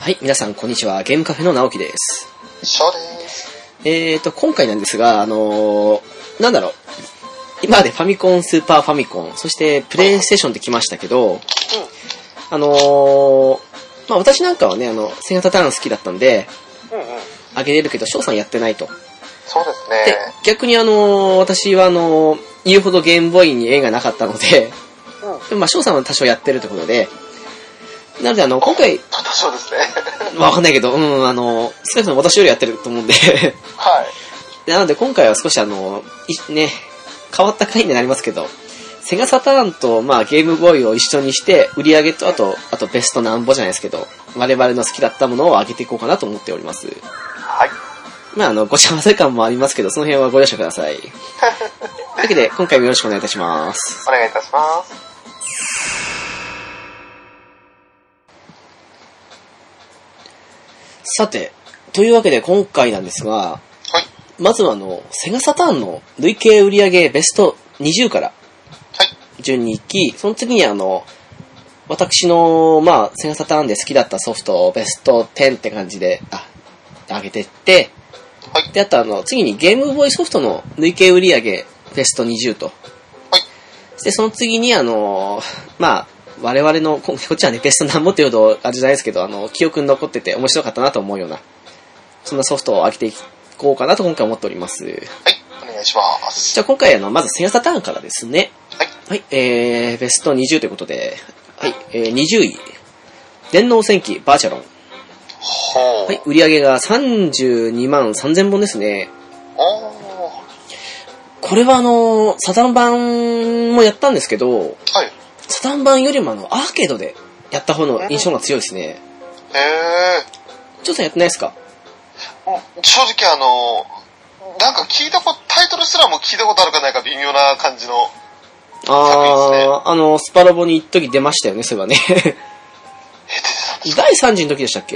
はい、皆さんこんにちは。ゲームカフェの直樹です。 そうです。 今回なんですが、なんだろう。今までファミコン、スーパーファミコン、そしてプレイステーションって来ましたけど、私なんかはね、セガサターン好きだったんで、あげれるけど、翔さんやってないと。 そうですね。 で、逆に私は言うほどゲームボーイに縁がなかったので、でも翔さんは多少やってるってことで、なので今回、 多少ですね。 わかんないけど、少なくとも私よりやってると思うんで、 はい。 なので今回は少しね、変わった回になりますけど、セガサターンと、ゲームボーイを一緒にして、売り上げと、あとベストなんぼじゃないですけど、我々の好きだったものを上げていこうかなと思っております。 はい。 ごちゃ混ぜ感もありますけど、その辺はご了承ください。というわけで、今回もよろしくお願いいたします。 お願いいたします。 さて、というわけで今回なんですが、 はい。 まずはセガサターンの累計売上ベスト20から、順に行き、その次に私の、セガサターンで好きだったソフトをベスト10って感じで、上げてって、 はい。 で、あと次にゲームボーイソフトの累計売上ベスト20と、 はい。 で、その次に我々の、こっちはね、ベストなんぼっていうほどあれじゃないですけど、記憶に残ってて面白かったなと思うような、そんなソフトを上げていこうかなと今回思っております。はい。 お願いします。 じゃあ今回まずセガサターンからですね。 はい。 はい、ベスト20ということで、はい、20位。電脳戦記バーチャロン。 ほう。 はい、売り上げが32万3000本ですね。 おー。 これはサタン版もやったんですけど、 はい。 サタン版よりもアーケードでやった方の印象が強いですね。 へちょっとやってないですか？ 正直なんかタイトルすらも聞いたことあるかないか微妙な感じの作品ですね。 スパロボに一時出ましたよね、そういえばね。第3次の時でしたっけ？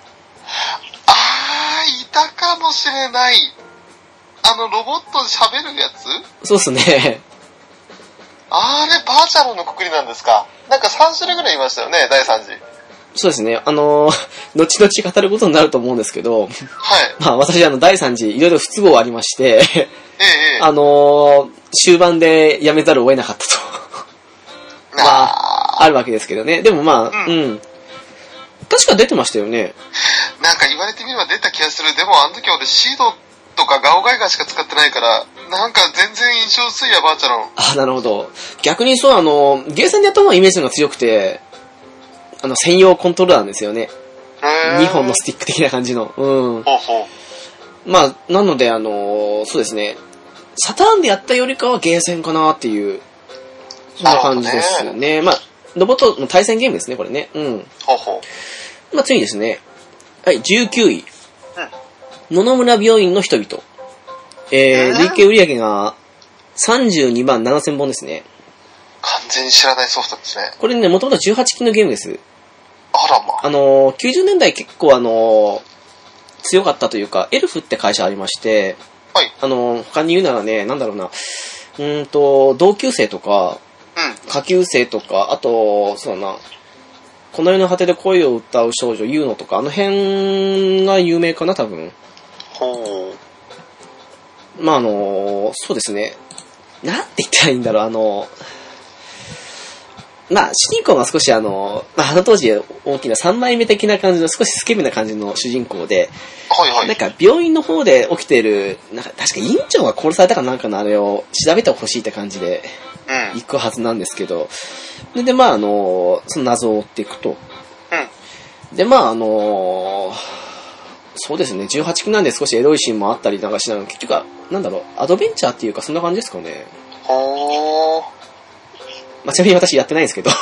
いたかもしれない。ロボットで喋るやつ？ そうっすね。 あれ、バーチャルのくくりなんですか。なんか3種類ぐらいいましたよね、第3次。 そうですね。後々語ることになると思うんですけど、 はい。 私第3次いろいろ不都合ありまして、 ええ。 終盤でやめざるを得なかったと。あるわけですけどね。でも確か出てましたよね。 なんか言われてみれば出た気がする。でもあの時は俺シードとかガオガイガーしか使ってないから、なんか全然印象薄いや、バーチャロン。 なるほど。逆にゲーセンでやった方がイメージが強くて、専用コントローラーですよね。2本のスティック的な感じの。 ほうほう。 なのでそうですね。サターンでやったよりかはゲーセンかなっていう、そんな感じですね。ロボットの対戦ゲームですね、これね。 ほうほう。 次ですね。はい、19位。野々村病院の人々。累計売上が32万7000本ですね。 完全に知らないソフトですね。 これね、もともと18禁のゲームです。 あらま。 90年代結構強かったというか、エルフって会社ありまして、 はい。 他に言うならね、なんだろうな、同級生とか、下級生とか、あと、そうだな、この世の果てで恋を歌う少女、ユーノとか、あの辺が有名かな、多分。 ほう。 そうですね。なんて言ったらいいんだろう、主人公が少し当時大きな3枚目的な感じの少しスケベな感じの主人公で、 はいはい。 なんか病院の方で起きている、なんか確か院長が殺されたかなんかのあれを調べてほしいって感じで行くはずなんですけど、で、その謎を追っていくと。で、そうですね、18禁なんで少しエロいシーンもあったりなんかしながら、結局は、なんだろう、アドベンチャーっていうかそんな感じですかね。 ほー。 ちなみに私やってないんですけど。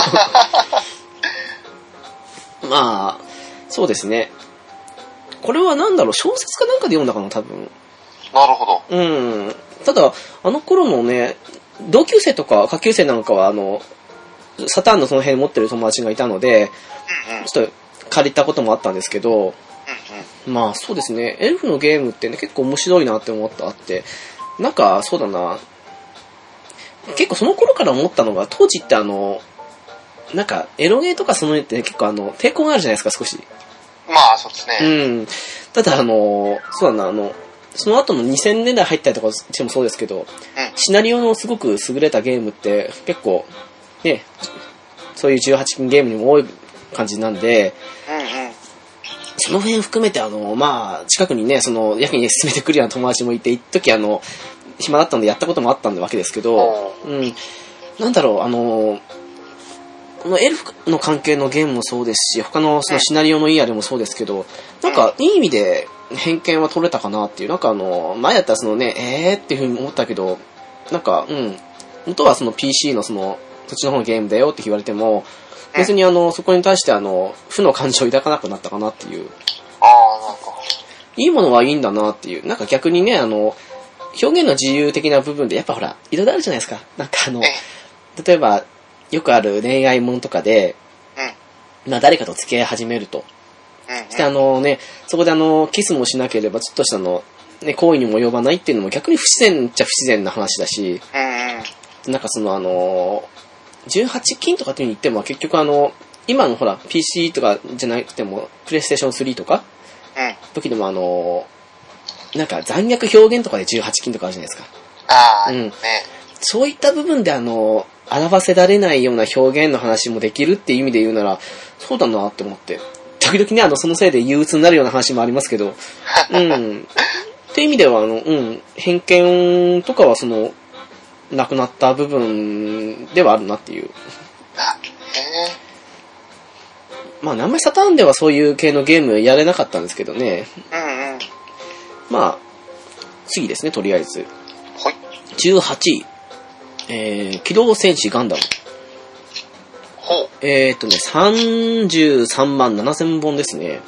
そうですね。これはなんだろう、小説かなんかで読んだかな、多分。 なるほど。 ただ、あの頃のね、同級生とか下級生なんかは、サターンのその辺持ってる友達がいたので、ちょっと借りたこともあったんですけど、そうですね、エルフのゲームってね、結構面白いなって思ったあって、なんか、そうだな、結構その頃から思ったのが、当時ってなんか、エロゲーとかその絵って結構抵抗があるじゃないですか、少し。 まあ、そうですね。 うん。ただそうだな、その後の2000年代入ったりとかしてもそうですけど、シナリオのすごく優れたゲームって結構、ね、そういう18禁ゲームにも多い感じなんで、その辺含めてまあ、近くにね、やけに進めてくるような友達もいて、一時暇だったのでやったこともあったわけですけど、なんだろう、このエルフの関係のゲームもそうですし、他のそのシナリオのいいあれもそうですけど、なんかいい意味で偏見は取れたかなっていう、なんか前だったらっていう風に思ったけど、なんか、元はPC のそっちの方のゲームだよって言われても、別にそこに対して負の感情を抱かなくなったかなっていう。いいものはいいんだなっていう。なんか逆にね、表現の自由的な部分で、やっぱほら、いろいろあるじゃないですか。なんか例えば、よくある恋愛もんとかで、まあ誰かと付き合い始めると。してそこでキスもしなければ、ちょっとしたね、行為にも及ばないっていうのも逆に不自然っちゃ不自然な話だし、なんか18禁とかっていうに言っても、結局今のほら、PC とかじゃなくても、プレイステーション3とか、時でもなんか残虐表現とかで18禁とかあるじゃないですか。そういった部分で表せられないような表現の話もできるっていう意味で言うなら、そうだなって思って。時々ね、そのせいで憂鬱になるような話もありますけど、っていう意味では、偏見とかはなくなった部分ではあるなっていう。まあ、名前サターンではそういう系のゲームやれなかったんですけどね。まあ、次ですね、とりあえず。18位。機動戦士ガンダム。33万7000本ですね。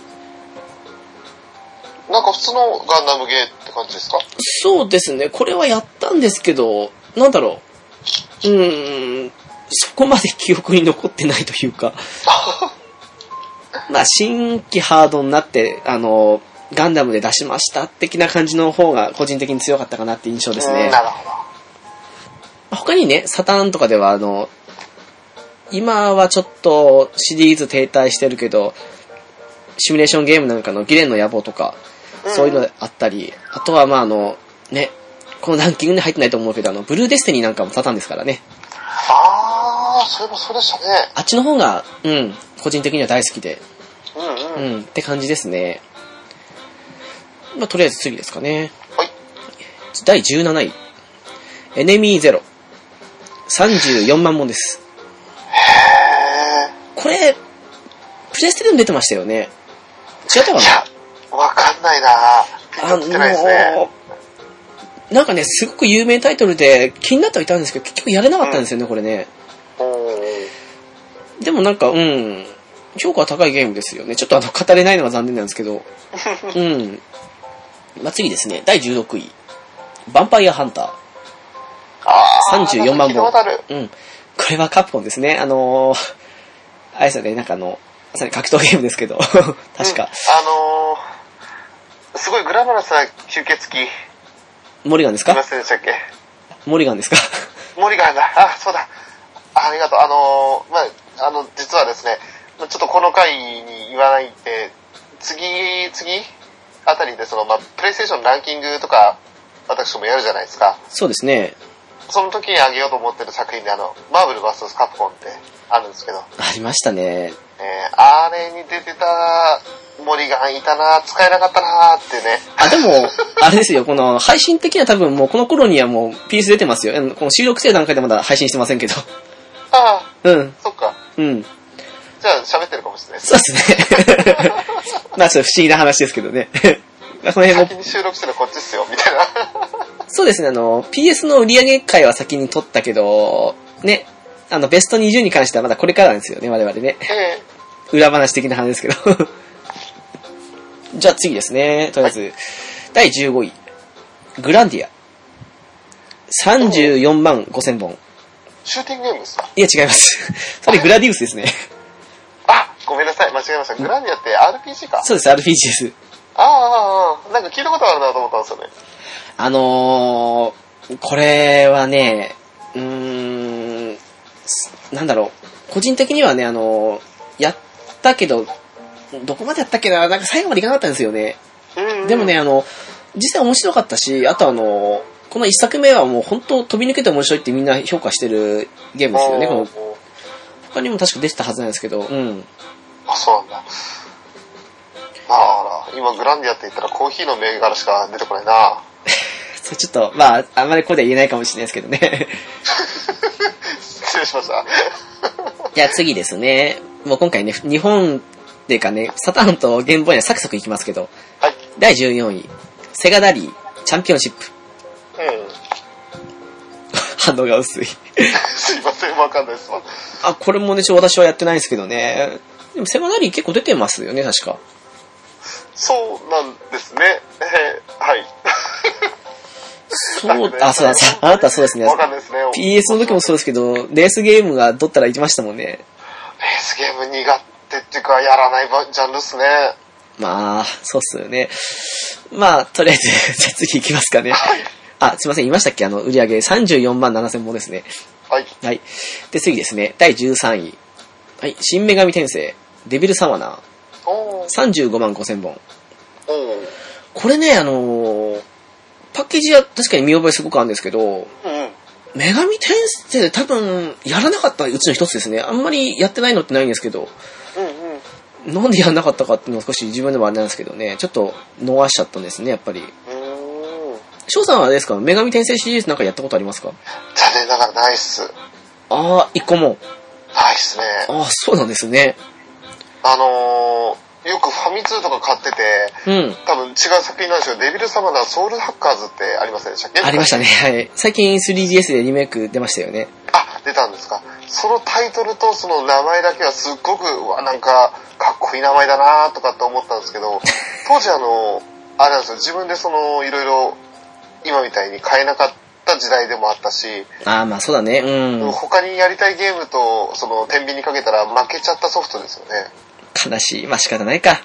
なんか普通のガンダムゲーって感じですか？ そうですね。これはやったんですけど、なんだろう。そこまで記憶に残ってないというか。まあ、新規ハードになって、ガンダムで出しました的な感じの方が個人的に強かったかなって印象ですね。 なるほど。 他にね、サターンとかでは今はちょっとシリーズ停滞してるけど、シミュレーションゲームなんかのギレンの野望とか、そういうのあったり、あとはまあね、このランキングに入ってないと思うけど、ブルーデスティニーなんかもサターンですからね。 そういえばそうでしたね。 あっちの方が、個人的には大好きで、って感じですね。まあ、とりあえず次ですかね。第17位。エネミーゼロ。34万本です。これ、プレステでも出てましたよね。違ったかな？いや、 わかんないな。 なんかね、すごく有名タイトルで気になってはいたんですけど、結局やれなかったんですよね、これね。でもなんか、評価は高いゲームですよね。ちょっと語れないのが残念なんですけど。まあ、次ですね、第16位。ヴァンパイアハンター。34万本。これはカプコンですね。あれですよね、なんかまさに格闘ゲームですけど、確か。 すごいグラマラスな吸血鬼。 モリガンですか？ いませんでしたっけ？ モリガンですか？ モリガンだ。そうだ。ありがとう。実はですね、ちょっとこの回に言わないで、次あたりでプレイステーションランキングとか、私もやるじゃないですか。 そうですね。 その時にあげようと思ってる作品でマーブル VS カプコンってあるんですけど。ありましたね。 あれに出てたモリガンいたな、使えなかったなってね。 でも、あれですよ、この配信的には多分もうこの頃にはもう PS 出てますよ。この収録してる段階でまだ配信してませんけど。 そっか。じゃあ喋ってるかもしれない。 そうですね。まあちょっと不思議な話ですけどね。 その辺も先に収録してるのこっちっすよ、みたいな。 そうですね、PS の売上回は先に取ったけど、ね、ベスト20に関してはまだこれからなんですよね、我々ね。裏話的な話ですけど。じゃあ次ですね、とりあえず、第15位。グランディア。34万5000本。 シューティングゲームですか？ いや、違います。それグラディウスですね。 ごめんなさい、間違えました。グランディアって RPG か？ そうです、RPG です。 なんか聞いたことあるなと思ったんですよね。これはね、なんだろう。 個人的にはね、やったけど、どこまでやったっけな、なんか最後までいかなかったんですよね。でもね、実際面白かったし、あとこの一作目はもう本当飛び抜けて面白いってみんな評価してるゲームですよね。他にも確か出てたはずなんですけど、うん。 あ、そうなんだ。あら、今グランディアって言ったらコーヒーの銘柄しか出てこないな。 それちょっと、まあ、あんまりここでは言えないかもしれないですけどね。 失礼しました。 じゃあ次ですね。もう今回ね、日本っていうかね、サターンとゲームボーイはサクサクいきますけど、 はい。 第14位、セガダリー、チャンピオンシップ。反応が薄い。 すいません、わかんないですわ。 あ、これもね、私はやってないんですけどね。でもセガダリー結構出てますよね、確か。 そうなんですね。はい。 そう、あ、そうだ、あなたそうですね。 わかんないですね。 PS の時もそうですけど、レースゲームがどったら行きましたもんね。 レースゲーム苦手っていうか、やらないジャンルっすね。 まあ、そうっすよね。まあ、とりあえず、じゃあ次行きますかね。 はい。 あ、すいません、言いましたっけ？売り上げ34万7000本ですね。 はい。 はい。で、次ですね、第13位。はい、新女神転生、デビルサマナー。35万5000本。これね、パッケージは確かに見覚えすごくあるんですけど、女神転生で多分、やらなかったうちの一つですね。あんまりやってないのってないんですけど、なんでやらなかったかっていうのは少し自分でもあれなんですけどね、ちょっと逃しちゃったんですね、やっぱり。翔さんはあれですか、女神転生シリーズなんかやったことありますか？ 残念ながらないっす。 ああ、一個も。 ないっすね。 ああ、そうなんですね。 よくファミ通とか買ってて、多分違う作品なんですけど、デビルサマナーソウルハッカーズってありませんでしたっけ？ありましたね、はい。最近 3DS でリメイク出ましたよね。 あ、出たんですか。そのタイトルとその名前だけはすっごく、なんか、かっこいい名前だなとかって思ったんですけど、当時あれなんですよ、自分でいろいろ、今みたいに買えなかった時代でもあったし、 ああ、まあそうだね、 他にやりたいゲームと、天秤にかけたら負けちゃったソフトですよね。 悲しい。まあ仕方ないか。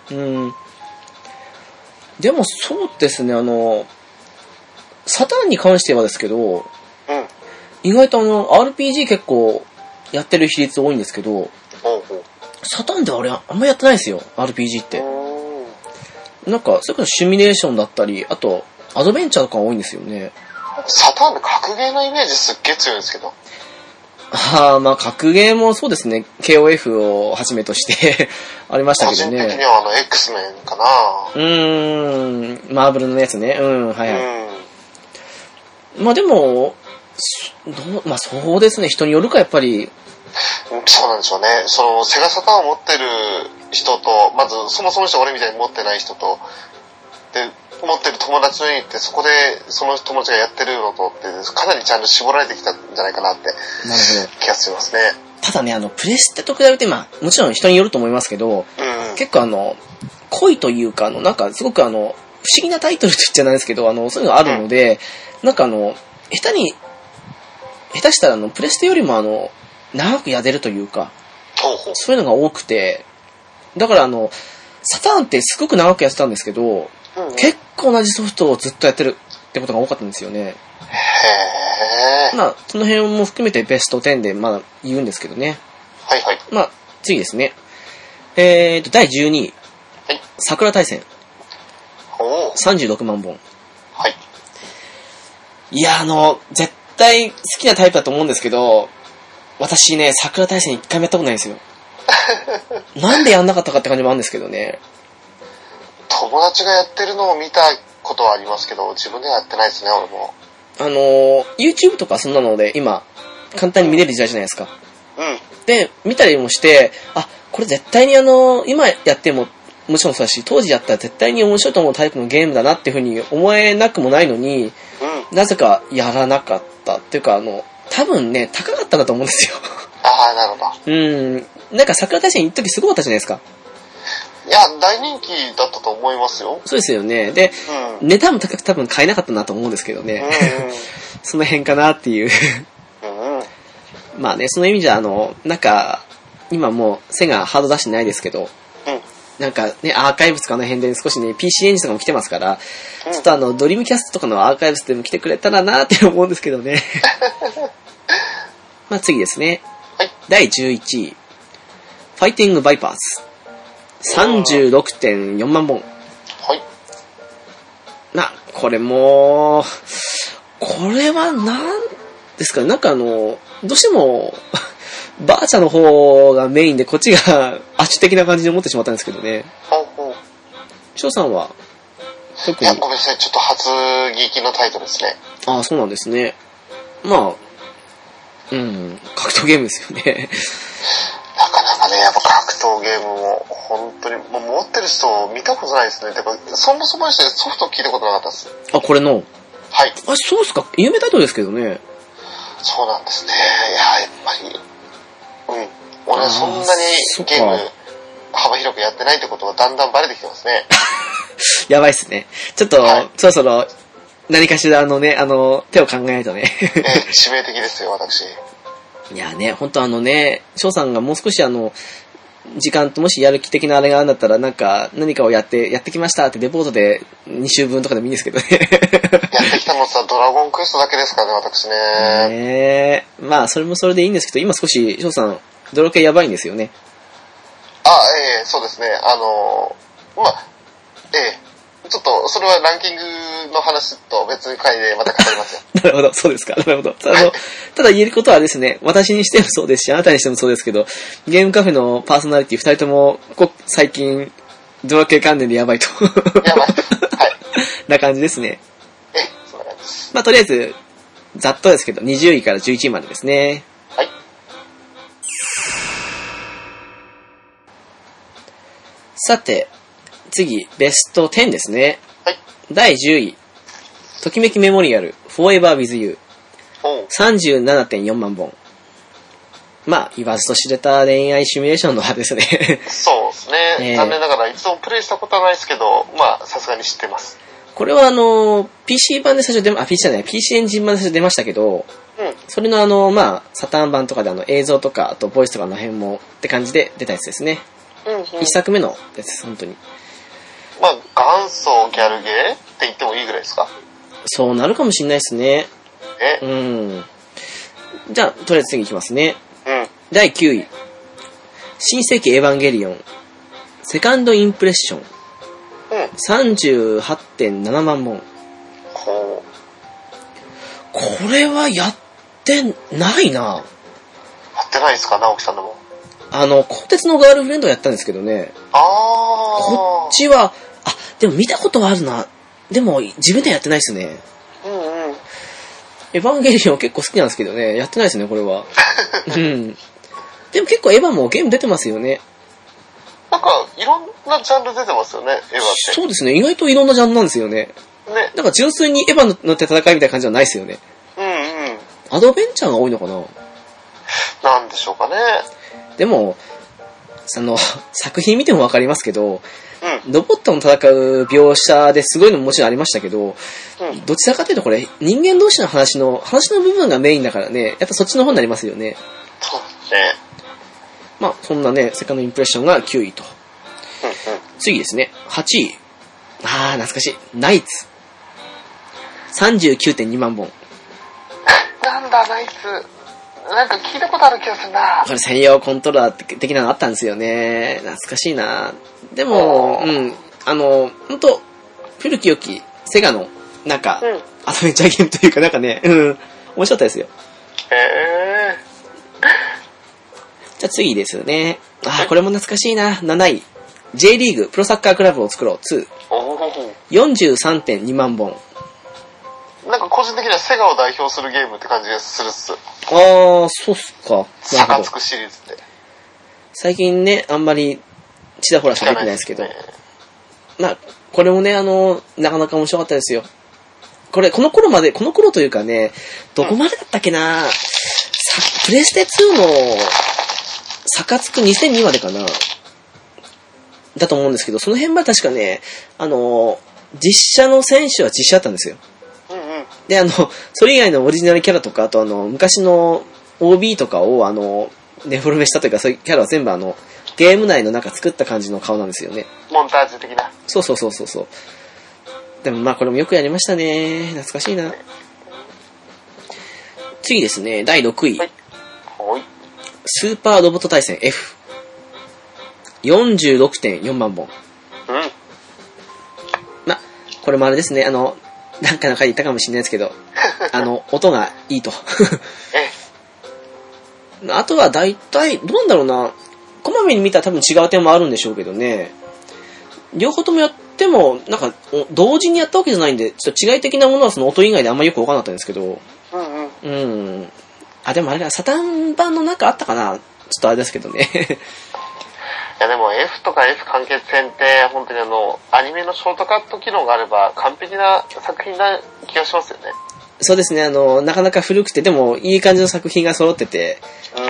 でもそうですね、サターンに関してはですけど、意外とRPG 結構やってる比率多いんですけど、サターンでは俺あんまやってないですよ、RPG って。なんか、それこそシミュレーションだったり、あと、アドベンチャーとか多いんですよね。 サターンで格ゲーのイメージすっげえ強いんですけど。 ああ、まあ格ゲーもそうですね、KOF をはじめとしてありましたけどね。 個人的にはX メンかな。 マーブルのやつね。はいはい。まあでも、まあそうですね、人によるかやっぱり。 そうなんでしょうね。セガサターンを持ってる人と、まずそもそも俺みたいに持ってない人と、で、持ってる友達の家に行って、そこでその友達がやってるのとって、かなりちゃんと絞られてきたんじゃないかなって、気がしますね。 ただね、プレステと比べて、まあ、もちろん人によると思いますけど、結構濃いというか、なんかすごく不思議なタイトルって言っちゃないですけど、そういうのがあるので、なんか下手したらプレステよりも長くやれるというか、そういうのが多くて、だからサターンってすごく長くやってたんですけど、結構同じソフトをずっとやってるってことが多かったんですよね。まあ、その辺も含めてベスト10でまだ言うんですけどね。 はいはい。 まあ、次ですね。第12位。 はい。 桜大戦。36万本。 はい。 いや、絶対好きなタイプだと思うんですけど、私ね、桜大戦一回もやったことないんですよ。なんでやんなかったかって感じもあるんですけどね。 友達がやってるのを見たことはありますけど、自分ではやってないですね、俺も。 YouTube とかそんなので今、簡単に見れる時代じゃないですか。 うん。 で、見たりもして、あ、これ絶対に今やっても、もちろんそうだし、当時やったら絶対に面白いと思うタイプのゲームだなっていうふうに思えなくもないのに、なぜかやらなかったっていうか、多分ね、高かったんだと思うんですよ。 ああ、なるほど。 なんか桜大戦一時すごかったじゃないですか。 いや、大人気だったと思いますよ。 そうですよね。で、値段も高く多分買えなかったなと思うんですけどね。その辺かなっていう。まあね、その意味じゃ、なんか、今もう背がハード出してないですけど、なんかね、アーカイブスかあの辺で少しね、PC エンジンとかも来てますから、ちょっとドリームキャストとかのアーカイブスでも来てくれたらなって思うんですけどね。まあ次ですね。 はい。 第11位。 ファイティングバイパーズ。36.4 万本。 はい。 これも、これはなんですかね、なんかどうしても、バーチャの方がメインで、こっちが圧手的な感じに思ってしまったんですけどね。翔さんは特に。 いや、ごめんなさい、ちょっと初聞きのタイトルですね。 ああ、そうなんですね。まあ、格闘ゲームですよね。 なかなかね、やっぱ格闘ゲームも、本当に、もう持ってる人見たことないですね。てか、そもそもしてソフト聞いたことなかったです。 あ、これの。 はい。 あ、そうですか。有名タイトルですけどね。 そうなんですね。いや、やっぱり、俺そんなにゲーム幅広くやってないってことがだんだんバレてきてますね。 やばいっすね。ちょっと、そろそろ、何かしら手を考えないとね。 致命的ですよ、私。 いやね、ほんと翔さんがもう少し時間ともしやる気的なあれがあるんだったら、何かをやってきましたってレポートで2週分とかでもいいんですけどね。 やってきたのさ、ドラゴンクエストだけですからね、私ね。 まあ、それもそれでいいんですけど、今少し翔さん、ドラ系やばいんですよね。 そうですね。ちょっと、それはランキングの話と別に回でまた語りますよ。 なるほど、そうですか。なるほど。ただ言えることはですね、私にしてもそうですし、あなたにしてもそうですけど、ゲームカフェのパーソナリティ2人とも、最近、ドラ系関連でやばいと。 やばい。はい。 な感じですね。 そんな感じです。 まあ、とりあえず、ざっとですけど、20位から11位までですね。 はい。 さて、次、ベスト10ですね。 はい。 第10位。ときめきメモリアル、Forever with You。37.4 万本。まあ、言わずと知れた恋愛シミュレーションの派ですね。 そうですね。残念ながら、いつもプレイしたことはないですけど、まあ、さすがに知ってます。 これはPC 版で最初PC じゃない、PC エンジン版で最初出ましたけど、それのまあ、サターン版とかで映像とか、あとボイスとかの辺もって感じで出たやつですね。一作目のやつです、本当に。 まあ、元祖ギャルゲーって言ってもいいぐらいですか？ そうなるかもしれないですね。じゃあ、とりあえず次いきますね。第9位。新世紀エヴァンゲリオン。セカンドインプレッション。38.7 万本。これはやってないな。 やってないですか、直樹さんでも。 鋼鉄のガールフレンドやったんですけどね。こっちは、でも見たことはあるな。でも、自分ではやってないですね。エヴァンゲリオン結構好きなんですけどね。やってないですね、これは。でも結構エヴァもゲーム出てますよね。 なんか、いろんなジャンル出てますよね、エヴァって。 そうですね、意外といろんなジャンルなんですよね。なんか純粋にエヴァ乗って戦いみたいな感じじゃないですよね。アドベンチャーが多いのかな。 なんでしょうかね。 でも、作品見てもわかりますけど、ロボットの戦う描写ですごいのももちろんありましたけど、どちらかというとこれ、人間同士の話の部分がメインだからね、やっぱそっちの方になりますよね。 そうですね。 まあ、そんなね、セカンドインプレッションが9位と。次ですね、8位。懐かしい。ナイツ。39.2 万本。 なんだ、ナイツ。なんか聞いたことある気がするな。 これ専用コントローラー的なのあったんですよね。懐かしいな。でも、ほんと、古き良き、セガの、なんか、アドベンチャーゲームというかなんかね、面白かったですよ。じゃあ次ですね。これも懐かしいな。7位。J リーグプロサッカークラブを作ろう2。43.2 万本。 なんか個人的にはセガを代表するゲームって感じがするっす。 そうっすか。 サカツクシリーズって。 最近ね、あんまりちらほらしか出てないですけど。まあ、これもね、なかなか面白かったですよ。この頃というかね、どこまでだったっけな、プレステ2のサカツク2002までかなだと思うんですけど、その辺は確かね、実写の選手は実写だったんですよ。で、それ以外のオリジナルキャラとか、あと昔の OB とかを、デフォルメしたというか、そういうキャラは全部ゲーム内の中作った感じの顔なんですよね。 モンタージュ的な。 そう。でもまあこれもよくやりましたね。懐かしいな。次ですね、第6位。スーパーロボット対戦 F。 46.4 万本。 うん。 これもあれですね、なんかの回言ったかもしれないですけど、音がいいと。あとは大体、どうなんだろうな、こまめに見たら多分違う点もあるんでしょうけどね、両方ともやっても、なんか、同時にやったわけじゃないんで、ちょっと違い的なものはその音以外であんまりよくわかんなかったんですけど、でもあれだ、サタン版の中あったかな、ちょっとあれですけどね。 いやでも F とか F 完結編って本当にアニメのショートカット機能があれば完璧な作品な気がしますよね。 そうですね、なかなか古くて、でもいい感じの作品が揃ってて、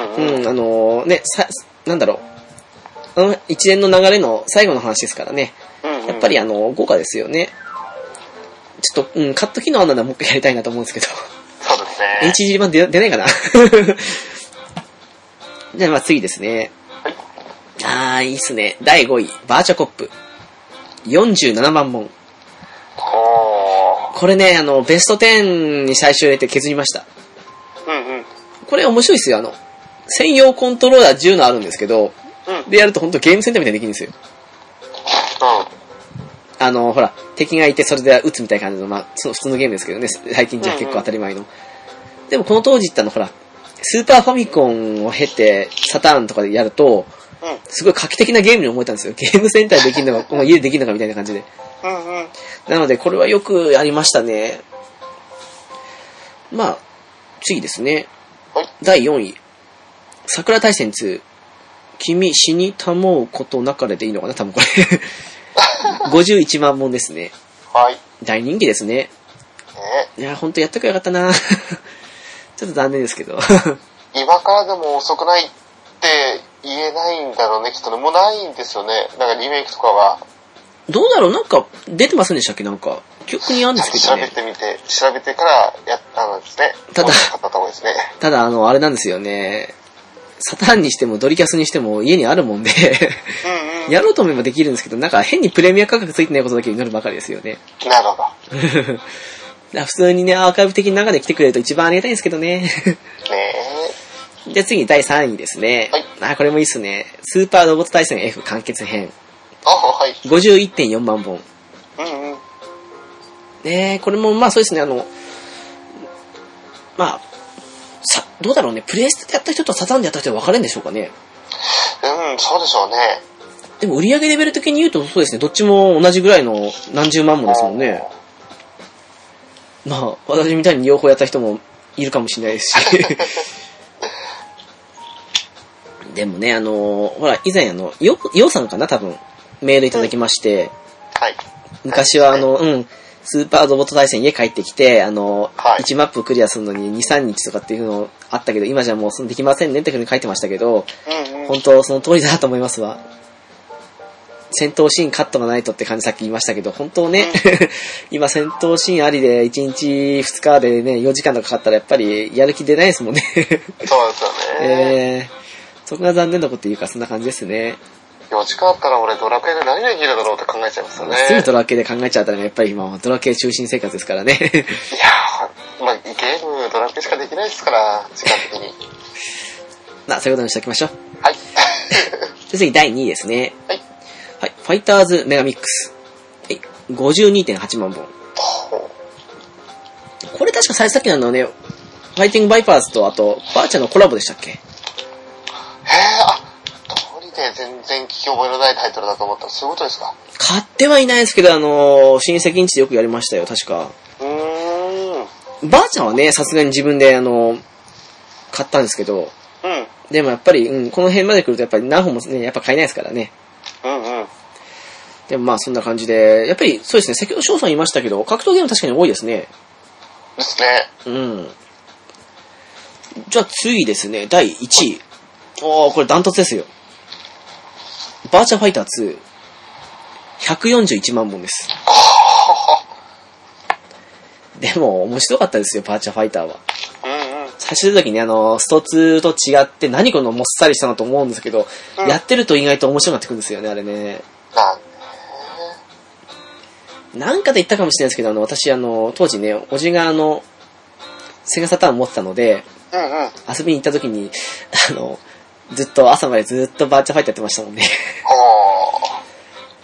なんだろう、一連の流れの最後の話ですからね、やっぱり豪華ですよね。ちょっと、カット機能あるならもう一回やりたいなと思うんですけど。 そうですね。 HG 版出ないかな。じゃあ次ですね。いいっすね。第5位、バーチャコップ。47万本。これね、ベスト10に最初入れて削りました。これ面白いっすよ。専用コントローラー10のあるんですけど、でやると本当ゲームセンターみたいにできるんですよ。ほら、敵がいてそれで撃つみたいな感じの、普通のゲームですけどね、最近じゃ結構当たり前の。でもこの当時ってほら、スーパーファミコンを経て、サターンとかでやると、すごい画期的なゲームに思えたんですよ。ゲームセンターでできるのか、もう家でできるのかみたいな感じで。なので、これはよくやりましたね。次ですね。第4位。桜大戦2。君死にたもうことなかれでいいのかな多分これ。51万本ですね。 はい。 大人気ですね。いや、ほんとやっとけばよかったな。ちょっと残念ですけど。 今からでも遅くないって言えないんだろうね、きっとね。もうないんですよね。なんかリメイクとかは。 どうだろう、なんか出てませんでしたっけ、なんか。記憶にあるんですけどね。 調べてからやったんですね。 ただ、あれなんですよね。サターンにしてもドリキャスにしても家にあるもんでやろうと思えばできるんですけど、なんか変にプレミア価格ついてないことだけになるばかりですよね。 なるほど。普通にね、アーカイブ的に中で来てくれると一番ありがたいんですけどね。じゃあ次第3位ですね。これもいいっすね。スーパーロボット対戦 F 完結編。51.4 万本。これもそうですね、どうだろうね、プレイステでやった人とサターンでやった人は分かれるんでしょうかね。 そうでしょうね。 でも売上レベル的に言うとそうですね、どっちも同じぐらいの何十万もですもんね。私みたいに両方やった人もいるかもしれないですし。でもね、ほら、以前ヨウさんかな、多分、メールいただきまして、昔はスーパーロボット対戦家帰ってきて、1マップクリアするのに2、3日とかっていうのあったけど、今じゃもうできませんねってふうに書いてましたけど、本当その通りだと思いますわ。戦闘シーンカットがないとって感じさっき言いましたけど、本当ね、今戦闘シーンありで1日2日でね、4時間とかかったらやっぱりやる気出ないですもんね。 そうですよね。 そこが残念なこと言うか、そんな感じですね。 4時間あったら俺ドラクエで何ができるだろうって考えちゃいますよね。 すぐドラクエで考えちゃったらやっぱり今はドラクエ中心生活ですからね。いやー、ゲームドラクエしかできないですから、時間的に。 そういうことにしておきましょう。 はい。 次第2位ですね。はい。ファイターズメガミックス。52.8 万本。これ確かさっきのね、ファイティングバイパーズとあと、バーチャのコラボでしたっけ？ 全然聞き覚えのないタイトルだと思ったらそういうことですか？ 買ってはいないですけど、親戚んちでよくやりましたよ、確か。ばあちゃんはね、さすがに自分で買ったんですけど、でもやっぱり、この辺まで来るとやっぱり何本もね、やっぱ買えないですからね。でもそんな感じで、やっぱりそうですね、先ほど翔さん言いましたけど、格闘ゲーム確かに多いですね。 ですね。 じゃあ次ですね、第1位。これダントツですよ。バーチャファイター2、141万本です。でも、面白かったですよ、バーチャファイターは。最初の時にスト2と違って、何このもっさりしたのと思うんですけど、やってると意外と面白くなってくるんですよね、あれね。なんかで言ったかもしれないですけど、私、当時ね、おじがセガサターン持ってたので、遊びに行った時に、ずっと朝までずっとバーチャファイターやってましたもんね。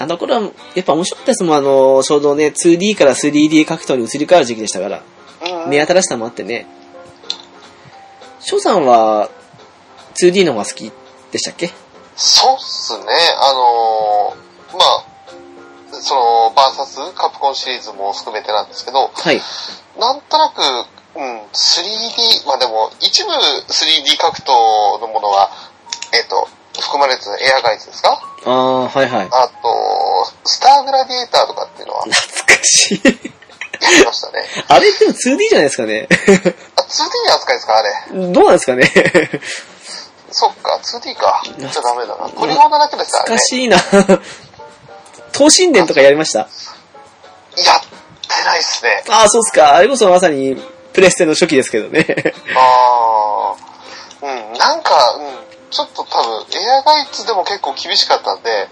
あの頃は、やっぱ面白かったですもん、ちょうどね、2D から 3D 格闘に移り変わる時期でしたから。目新しさもあってね。翔さんは、2D の方が好きでしたっけ？ そうっすね。まあ、バーサスカプコンシリーズも含めてなんですけど、 はい。 なんとなく、3D、まあでも、一部 3D 格闘のものは、含まれてるエアガイズですか？ ああ、はいはい。 あと、スターグラディエーターとかっていうのは、 懐かしい。 やりましたね。 あれでも 2D じゃないですかね。 2D の扱いですか、あれ。 どうなんですかね。 そっか、2D か。じゃあダメだな。ポリゴンだけですからね。 懐かしいな。東神殿とかやりました？ やってないっすね。 ああ、そうっすか。あれこそまさにプレステの初期ですけどね。 なんか、ちょっと多分、エアガイツでも結構厳しかったんで、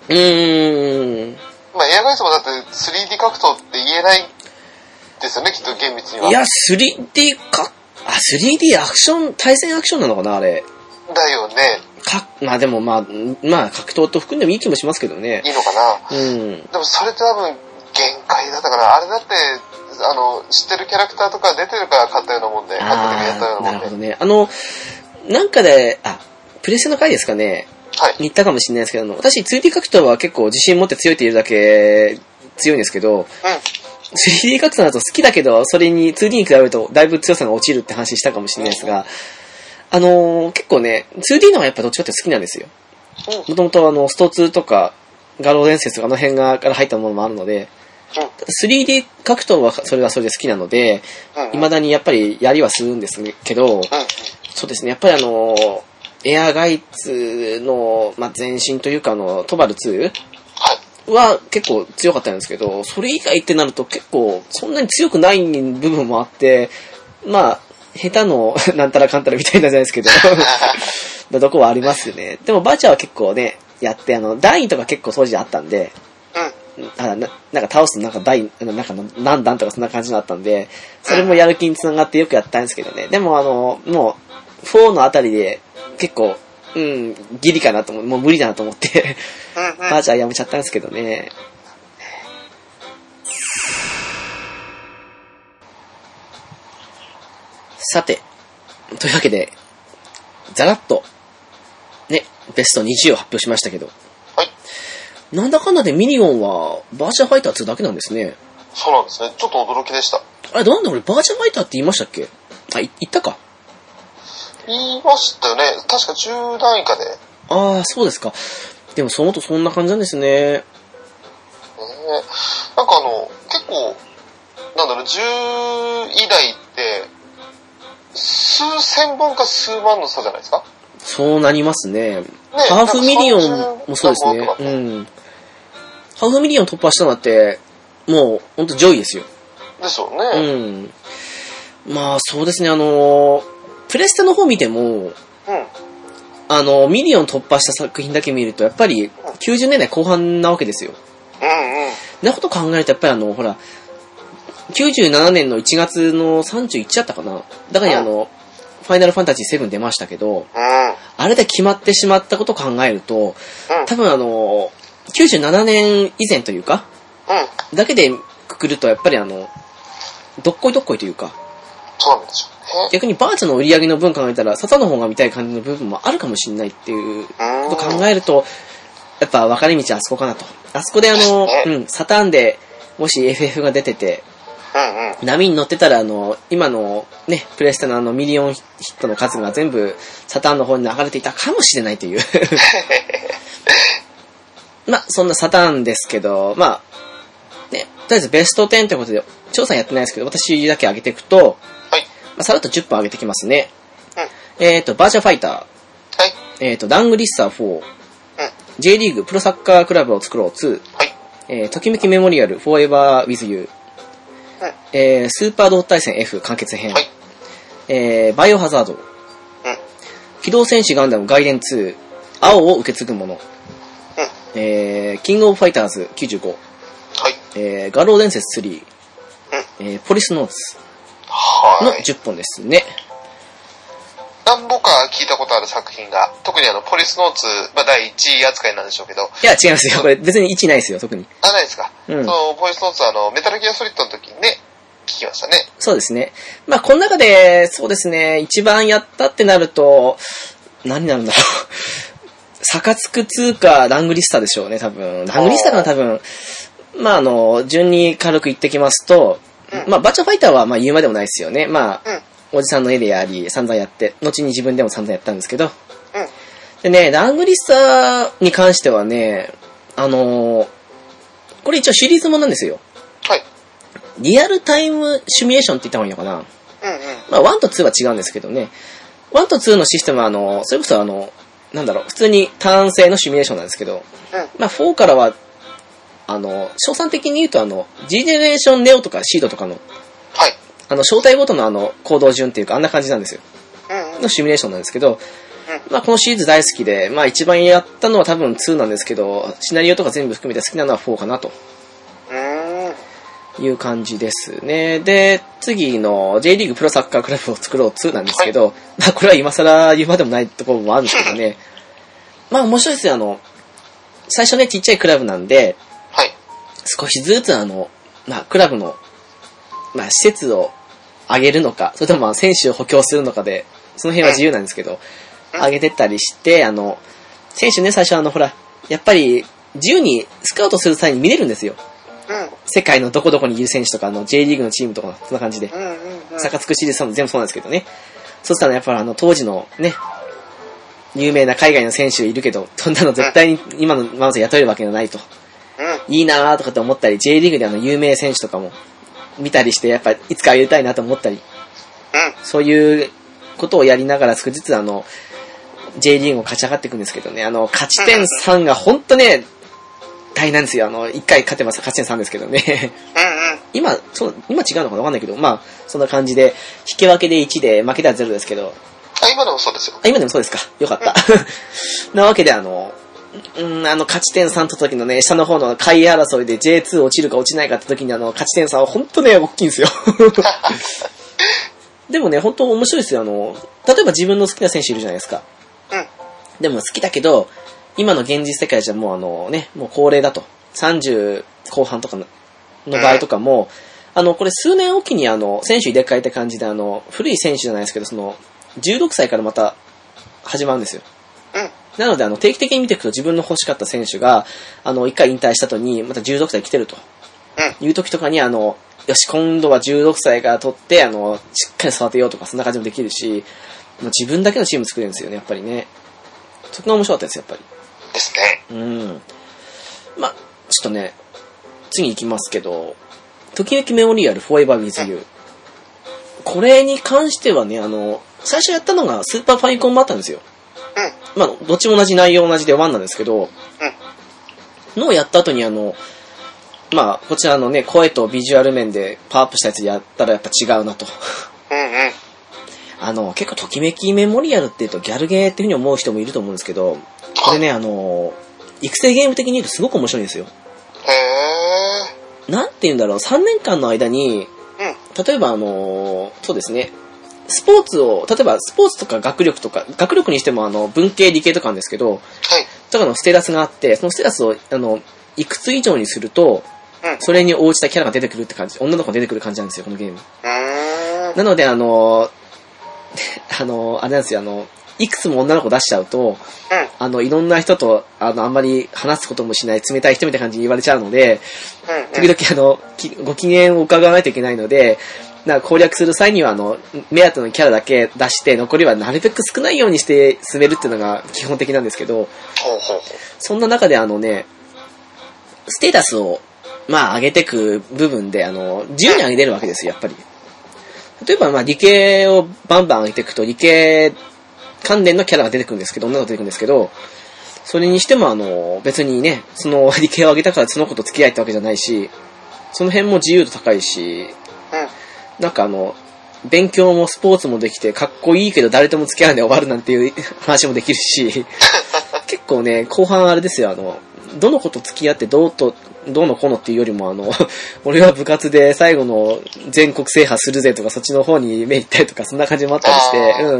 まあエアガイツもだって 3D 格闘って言えないですよね、きっと厳密には。 いや、3D アクション、対戦アクションなのかな、あれ。 だよね。 まあでもまあ、格闘と含んでもいい気もしますけどね。 いいのかな。でもそれって多分、限界だったかな。あれだって、知ってるキャラクターとか出てるから買ったようなもんで、買った時やったようなもんで。 なるほどね。なんかで、プレステの回ですかね。 はい。 言ったかもしれないですけど、私 2D 格闘は結構自信持って強いって言うだけ強いんですけど、3D 格闘だと好きだけど、それに 2D に比べるとだいぶ強さが落ちるって話したかもしれないですが、結構ね、2D の方がやっぱどっちかって好きなんですよ。もともとスト2とか、画廊伝説とかあの辺から入ったものもあるので、3D 格闘はそれはそれで好きなので、未だにやっぱりやりはするんですけど、そうですね、やっぱりエアガイツの、前身というかトバル2は結構強かったんですけど、それ以外ってなると結構そんなに強くない部分もあって、下手のなんたらかんたらみたいなんじゃないですけど、どこはありますよね。でもバーチャーは結構ね、やって、段位とか結構当時あったんで、なんか倒すとなんか何段とかそんな感じになったんで、それもやる気につながってよくやったんですけどね。でももう、4のあたりで結構、ギリかなと思う、もう無理だなと思って、バーチャーやめちゃったんですけどね。さて、というわけで、ざらっと、ね、ベスト20を発表しましたけど、 はい。 なんだかんだでミニオンはバーチャーファイター2だけなんですね。 そうなんですね。ちょっと驚きでした。 あれ、なんだ俺バーチャーファイターって言いましたっけ？言ったか。 言いましたよね。確か10段以下で。 ああ、そうですか。でもそのとそんな感じなんですね。 なんか結構、10以台って、数千本か数万の差じゃないですか？ そうなりますね。ハーフミリオンもそうですね。ハーフミリオン突破したのって、もう、ほんと上位ですよ。 ですよね。 そうですね、プレステの方見ても、ミリオン突破した作品だけ見ると、やっぱり90年代後半なわけですよ。なこと考えると、やっぱりほら、97年の1月の31だったかな。だからにファイナルファンタジー7出ましたけど、あれで決まってしまったことを考えると、多分97年以前というか、だけでくくると、やっぱりどっこいどっこいというか、 そうなんでしょうね。 逆にバーチャの売り上げの分考えたら、サタの方が見たい感じの部分もあるかもしれないっていうことを考えると、やっぱ分かれ道はあそこかなと。あそこでサターンでもし FF が出てて、波に乗ってたら今のね、プレステのミリオンヒットの数が全部サターンの方に流れていたかもしれないという。そんなサターンですけど、ね、とりあえずベスト10ということで、調査やってないですけど、私だけ上げていくと、さらっと10本上げてきますね。バーチャファイター、ラングリッサー4、J リーグプロサッカークラブを作ろう2、ときめきメモリアル Forever with You、スーパー動対戦 F 完結編、バイオハザード、機動戦士ガンダムガイデン2、青を受け継ぐもの、キングオブファイターズ95、画廊伝説3、ポリスノーツの10本ですね。 何本か聞いたことある作品が、特にポリスノーツ、まあ、第1位扱いなんでしょうけど。 いや、違いますよ。これ別に1位ないですよ、特に。 あ、ないですか。 うん。 ポリスノーツはメタルギアソリッドの時にね、聞きましたね。 そうですね。まあ、この中で、そうですね、一番やったってなると、何になるんだろう。サカツク2かラングリスタでしょうね、多分。ラングリスタかな、多分。まあ、順に軽く言ってきますと、まあ、バーチャファイターはまあ言うまでもないですよね。まあ、おじさんの絵でやり、散々やって、後に自分でも散々やったんですけど。でね、ラングリスタに関してはね、これ一応シリーズもなんですよ。 はい。 リアルタイムシミュレーションって言った方がいいのかな。まあ、1と2は違うんですけどね。1と2のシステムはそれこそなんだろう、普通にターン制のシミュレーションなんですけど、まあ、4からは、詳細的に言うとジェネレーションネオとかシードとかの、 はい。 招待ごとの行動順っていうか、あんな感じなんですよ。のシミュレーションなんですけど、まあ、このシリーズ大好きで、まあ、一番やったのは多分2なんですけど、シナリオとか全部含めて好きなのは4かなと。いう感じですね。で、次の J リーグプロサッカークラブを作ろう2なんですけど、まあ、これは今更言うまでもないところもあるんですけどね。まあ、面白いですよ。最初ね、ちっちゃいクラブなんで、少しずつまあ、クラブの、まあ、施設を上げるのか、それともまあ選手を補強するのかで、その辺は自由なんですけど、上げてったりして、選手ね、最初ほら、やっぱり自由にスカウトする際に見れるんですよ。世界のどこどこにいる選手とか、J リーグのチームとか、そんな感じで。サカツクシリーズ全部そうなんですけどね。そうしたらやっぱり当時のね、有名な海外の選手いるけど、そんなの絶対に今のままで雇えるわけがないと。いいなーとかって思ったり、J リーグで有名選手とかも見たりして、やっぱりいつかやりたいなと思ったり、そういうことをやりながら少しずつJ リーグを勝ち上がっていくんですけどね、勝ち点3がほんとね、大変なんですよ。1回勝てます勝ち点3ですけどね。今違うのかわかんないけど、まあ、そんな感じで、引き分けで1で、負けでは0ですけど。 今でもそうですよ。 今でもそうですか。よかった。なわけで勝ち点3と時のね、下の方の下位争いで J2 落ちるか落ちないかって時に勝ち点3はほんとね、大きいんですよ。でもね、ほんと面白いですよ。例えば自分の好きな選手いるじゃないですか。でも好きだけど、今の現実世界じゃもうもう高齢だと。30後半とかの場合とかも、これ数年おきに選手入れ替えた感じで古い選手じゃないですけど、16歳からまた始まるんですよ。なので定期的に見ていくと自分の欲しかった選手が、一回引退した後にまた16歳来てると。いう時とかによし、今度は16歳から取って、しっかり育てようとか、そんな感じもできるし、もう自分だけのチーム作れるんですよね、やっぱりね。そこが面白かったですよ、やっぱり。 ですね。 ま、ちょっとね、次行きますけど、ときめきメモリアル Forever with You。これに関してはね、最初やったのがスーパーファミコンもあったんですよ。まあ、どっちも同じ内容同じで1なんですけど、のをやった後にまあ、こちらのね、声とビジュアル面でパワーアップしたやつやったらやっぱ違うなと。結構ときめきメモリアルって言うとギャルゲーっていう風に思う人もいると思うんですけど、これね、育成ゲーム的に言うとすごく面白いんですよ。なんて言うんだろう、3年間の間に、例えばそうですね、スポーツを、例えばスポーツとか学力にしても文系理系とかあるんですけど、とかのステータスがあって、そのステータスをいくつ以上にすると、それに応じたキャラが出てくるって感じ、女の子が出てくる感じなんですよ、このゲーム。なのであれなんですよ、いくつも女の子出しちゃうと、いろんな人と、あんまり話すこともしない冷たい人みたいな感じに言われちゃうので、時々ご機嫌を伺わないといけないので、攻略する際には目当てのキャラだけ出して、残りはなるべく少ないようにして進めるっていうのが基本的なんですけど、そんな中でステータスを、まあ上げていく部分で、自由に上げれるわけですよ、やっぱり。例えば、まあ理系をバンバン上げていくと、理系関連のキャラが出てくるんですけど、女の子出てくるんですけど、それにしても別にね、その理系を上げたからその子と付き合いってわけじゃないし、その辺も自由度高いし、なんか勉強もスポーツもできて、かっこいいけど誰とも付き合わないで終わるなんていう話もできるし、結構ね、後半あれですよ、 どの子と付き合ってどうのこのっていうよりも俺は部活で最後の全国制覇するぜとかそっちの方に目いったりとかそんな感じもあったりして、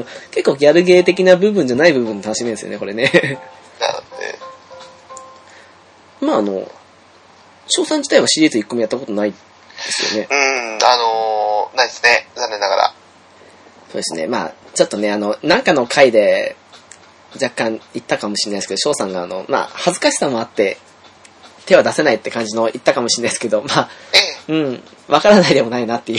結構ギャルゲー的な部分じゃない部分楽しめるんですよね、これね。 なるほどね。 まあ翔さん自体はシリーズ1個目やったことないですよね。 ないですね。残念ながら。 そうですね。まあ、ちょっとね、なんかの回で、若干言ったかもしれないですけど、翔さんがまあ、恥ずかしさもあって、手は出せないって感じの言ったかもしれないですけど、まあ、わからないでもないなっていう。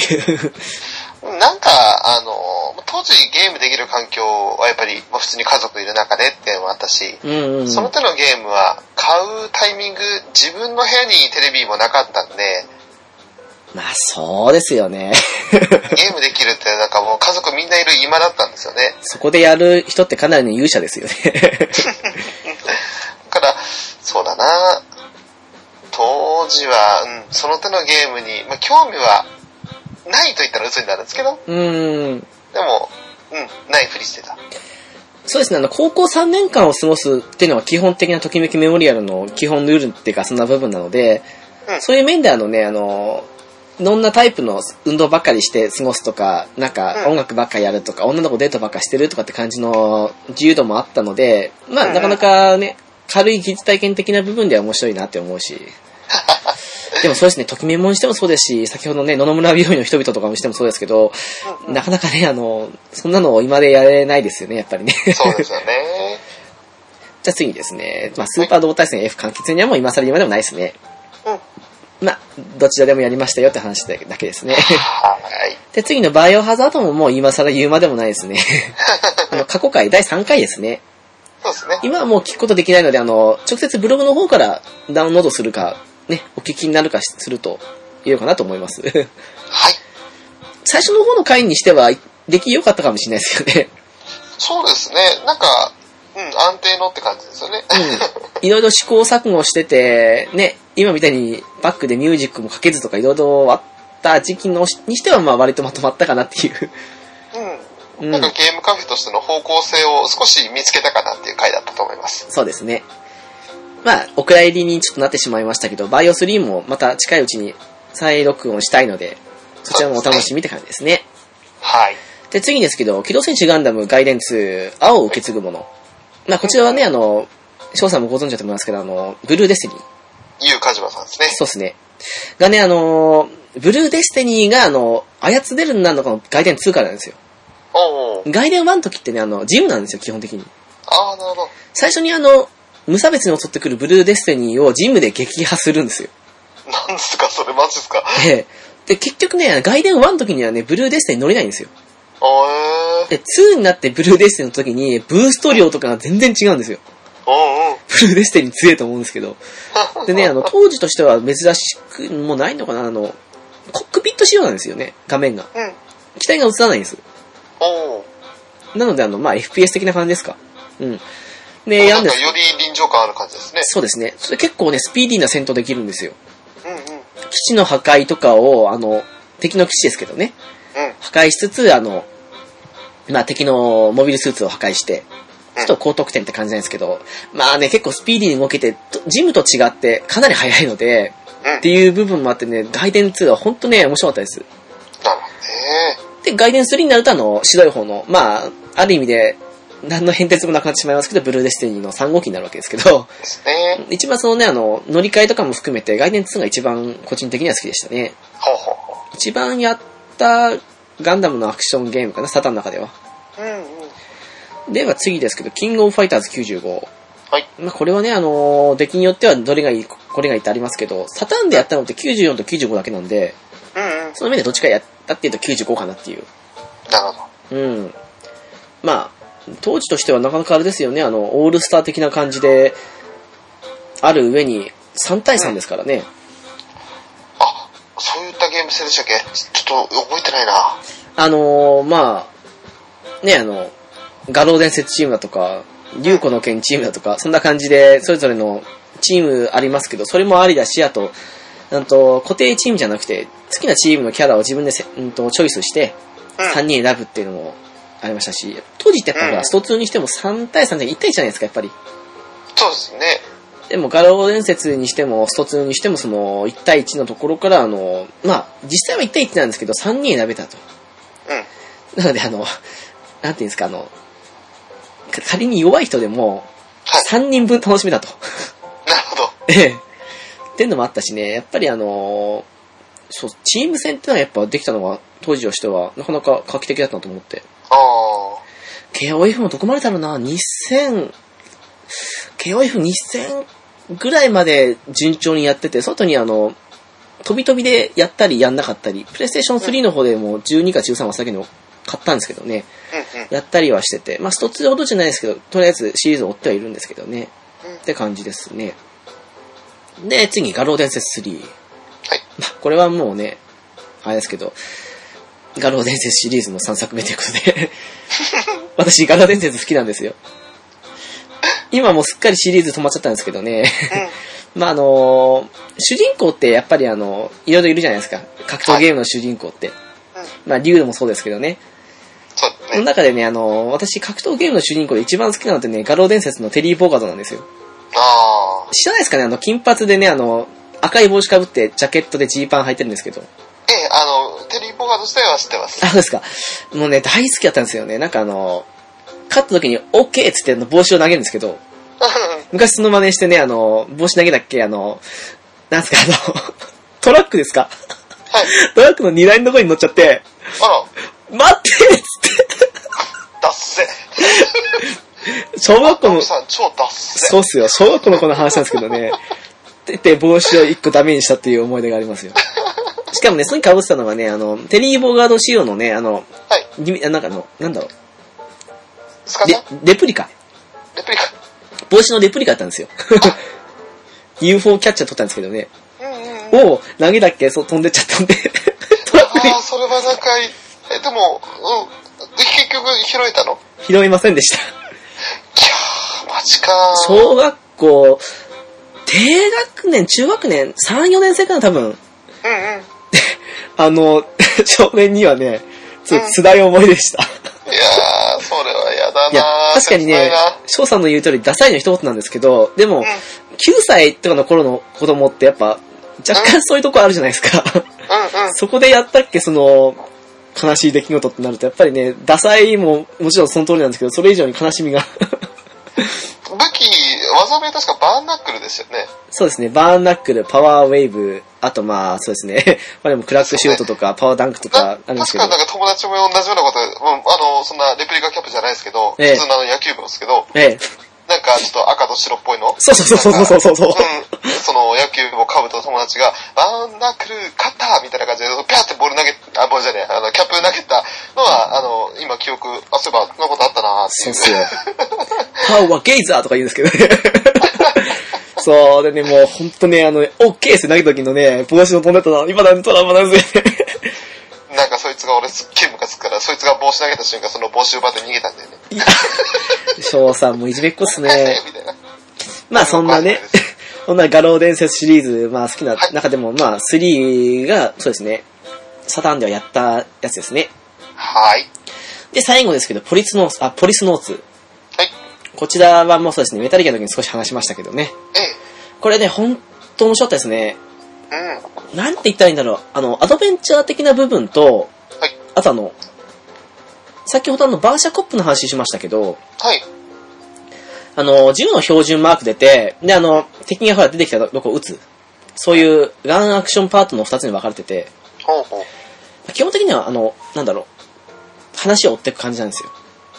なんか、当時ゲームできる環境はやっぱり、普通に家族いる中でっていうのもあったし、その手のゲームは買うタイミング、自分の部屋にテレビもなかったんで、 まあそうですよね。 ゲームできるってなんかもう家族みんないる今だったんですよね。 そこでやる人ってかなりの勇者ですよね。 だから、そうだな。当時は、その手のゲームに、興味はないと言ったら嘘になるんですけど。でも、ないふりしてた。 そうですね、高校3年間を過ごすっていうのは基本的なときめきメモリアルの基本ルールっていうかそんな部分なので、そういう面でどんなタイプの運動ばっかりして過ごすとか、なんか音楽ばっかりやるとか、女の子デートばっかりしてるとかって感じの自由度もあったので、まあなかなかね、軽い技術体験的な部分では面白いなって思うし。でもそうですね、ときめもにしてもそうですし、先ほどね、野々村病院の人々とかにしてもそうですけど、なかなかね、そんなのを今でやれないですよね、やっぱりね。 そうですよね。 じゃあ次にですね、まあスーパー同対戦 F 完結にはもう今更今でもないですね。まあ、どちらでもやりましたよって話だけですね。 はい。 で、次のバイオハザードももう今更言うまでもないですね。過去回第3回ですね。 そうですね。 今はもう聞くことできないので、直接ブログの方からダウンロードするか、ね、お聞きになるかするといいのかなと思います。はい。最初の方の回にしては、出来良かったかもしれないですよね。 そうですね。なんか、安定のって感じですよね。 いろいろ試行錯誤してて、ね、今みたいにバックでミュージックもかけずとかいろいろあった時期にしては、まあ割とまとまったかなっていう。 なんかゲームカフェとしての方向性を少し見つけたかなっていう回だったと思います。 そうですね。まあ、お蔵入りにちょっとなってしまいましたけど、バイオ3もまた近いうちに再録音したいので、そちらもお楽しみって感じですね。 はい。 で、次ですけど、機動戦士ガンダム外伝2、青を受け継ぐもの。まあ、こちらはね、翔さんもご存知だと思いますけど、ブルーデスティニー。 ゆうかじまさんですね。 そうですね。がね、ブルーデスティニーが、操れるになるのが外伝2からなんですよ。外伝1の時ってね、自由なんですよ、基本的に。 ああ、なるほど。 最初に無差別に襲ってくるブルーデスティニーをジムで撃破するんですよ。 なんですか、それマジですか。 で、結局ね、外伝1の時にはね、ブルーデスティニー乗れないんですよ。で、2になってブルーデスティニーの時に、ブースト量とかが全然違うんですよ。ブルーデスティニー強いと思うんですけど。でね、当時としては珍しくもないのかな、コックピット仕様なんですよね、画面が。機体が映らないんです。なので、まあ、FPS 的な感じですか。で、 なんかより臨場感ある感じですね。 そうですね。それ結構ね、スピーディーな戦闘できるんですよ。基地の破壊とかを、敵の基地ですけどね。破壊しつつ、まあ、敵のモビルスーツを破壊して、ちょっと高得点って感じなんですけど、まあね、結構スピーディーに動けて、ジムと違ってかなり速いので、っていう部分もあってね、外伝2は本当ね、面白かったです。 なるほどね。 で、外伝3になると白い方の、まあ、ある意味で、何の変哲もなくなってしまいますけど、ブルーデスティニーの3号機になるわけですけど、一番そのね、乗り換えとかも含めて、外伝2が一番個人的には好きでしたね。一番やったガンダムのアクションゲームかな、サタンの中では。では次ですけど、キングオブファイターズ95。 はい。 まあこれはね、出来によってはどれがいい、これがいいってありますけど、サタンでやったのって94と95だけなんで、その面でどっちかやったっていうと95かなっていう。 なるほど。 まあ、当時としてはなかなかあれですよね、オールスター的な感じで、ある上に3対3ですからね。 あ、そういったゲーム性でしたっけ？ちょっと覚えてないな。 まあ、ね、画廊伝説チームだとか、竜子の剣チームだとか、そんな感じで、それぞれのチームありますけど、それもありだし、あと、固定チームじゃなくて、好きなチームのキャラを自分でチョイスして、3人選ぶっていうのもありましたし、当時ってやっぱスト2にしても3対3で1対1じゃないですか、やっぱり。 そうですね。 でも、画廊伝説にしても、スト2にしても、その、1対1のところから、まあ、実際は1対1なんですけど、3人選べたと。 うん。 なので、なんていうんですか、仮に弱い人でも、3人分楽しめたと。 なるほど。 ええ。っていうのもあったしね、やっぱりそう、チーム戦ってのはやっぱできたのが、当時としては、なかなか画期的だったなと思って。KOF もどこまでだろうな、KOF2000 ぐらいまで順調にやってて、外に飛び飛びでやったりやんなかったり、プレイステーション3の方でも12か13は先に買ったんですけどね、やったりはしてて、まあスト2ほどじゃないですけど、とりあえずシリーズを追ってはいるんですけどね、って感じですね。で、次、画廊伝説3。まあ、これはもうね、あれですけど、画廊伝説シリーズの3作目ということで、私、画廊伝説好きなんですよ。今もうすっかりシリーズ止まっちゃったんですけどね。まあ主人公ってやっぱりいろいろいるじゃないですか。格闘ゲームの主人公って。まあ、竜もそうですけどね。 そうね。 その中でね、私、格闘ゲームの主人公で一番好きなのってね、画廊伝説のテリー・ボーガードなんですよ。知らないですかね、金髪でね、赤い帽子かぶって、ジャケットでジーパン履いてるんですけど。 テリー・ボーガード自体は知ってます。 あ、そうですか。もうね、大好きだったんですよね。なんか勝った時に OK っつって帽子を投げるんですけど、昔その真似してね、帽子投げだっけ、なんすか、トラックですか、 はい、 トラックの荷台のところに乗っちゃって、待ってっつって。 だっせ。 小学校の、 さん超だっせ。 そうっすよ。小学校の子の話なんですけどね。って言って帽子を1個ダメにしたっていう思い出がありますよ。しかもね、そこに被ってたのがね、テリー・ボーガード仕様のね、なんかなんだろう。 スカさんレプリカ。帽子のレプリカだったんですよ。UFO キャッチャー撮ったんですけどね。を投げだっけそう飛んでっちゃったんで。トラックに。 それはなんか、でも、結局拾えたの？ 拾いませんでした。 いやー、マジかー。 小学校、低学年、中学年、3、4年生かな、多分。少年にはね、辛い思いでした。 いやー、それは嫌だなー。 いや、確かにね、翔さんの言う通り、ダサいの一言なんですけど、でも、9歳とかの頃の子供ってやっぱ、若干そういうとこあるじゃないですか。そこでやったっけ、悲しい出来事ってなると、やっぱりね、ダサいももちろんその通りなんですけど、それ以上に悲しみが。 武器、技名確かバーンナックルですよね。 そうですね、バーンナックル、パワーウェーブ、あとまあ、そうですね、まあでもクラックシュートとか、パワーダンクとかあるんですけど。 確かなんか友達も同じようなことで、そんなレプリカキャップじゃないですけど、普通の野球部ですけど、なんかちょっと赤と白っぽいの。 そう。その野球部を被った友達が、バーンナックル、勝ったみたいな感じで、ピャーってボール投げ、ボールじゃねえ、キャップ投げたのは、今記憶、そういえば、そんなことあったなーっていう。そうっすよ。 パワーゲイザーとか言うんですけどね。そう、でね、もうほんとね、オッケーって投げた時のね、帽子の飛んでたの、今だにトラウマなんですよね。 なんかそいつが俺すっげえムカつくから、そいつが帽子投げた瞬間、その帽子奪って逃げたんだよね。いや、 翔さんもいじめっ子っすね。みたいな。まあそんなね、そんな画廊伝説シリーズ、まあ好きな中でも、まあ3が、そうですね、サターンではやったやつですね。 はい。 で、最後ですけど、ポリスノーツ。 はい。 こちらはもうそうですね、メタルギアの時に少し話しましたけどね。これね、ほんと面白かったですね。なんて言ったらいいんだろう。アドベンチャー的な部分と、あと先ほどバーシャコップの話しましたけど、銃の標準マーク出て、で、敵がほら出てきたどこを撃つ。そういうガンアクションパートの2つに分かれてて、基本的には、なんだろう、話を追っていく感じなんですよ。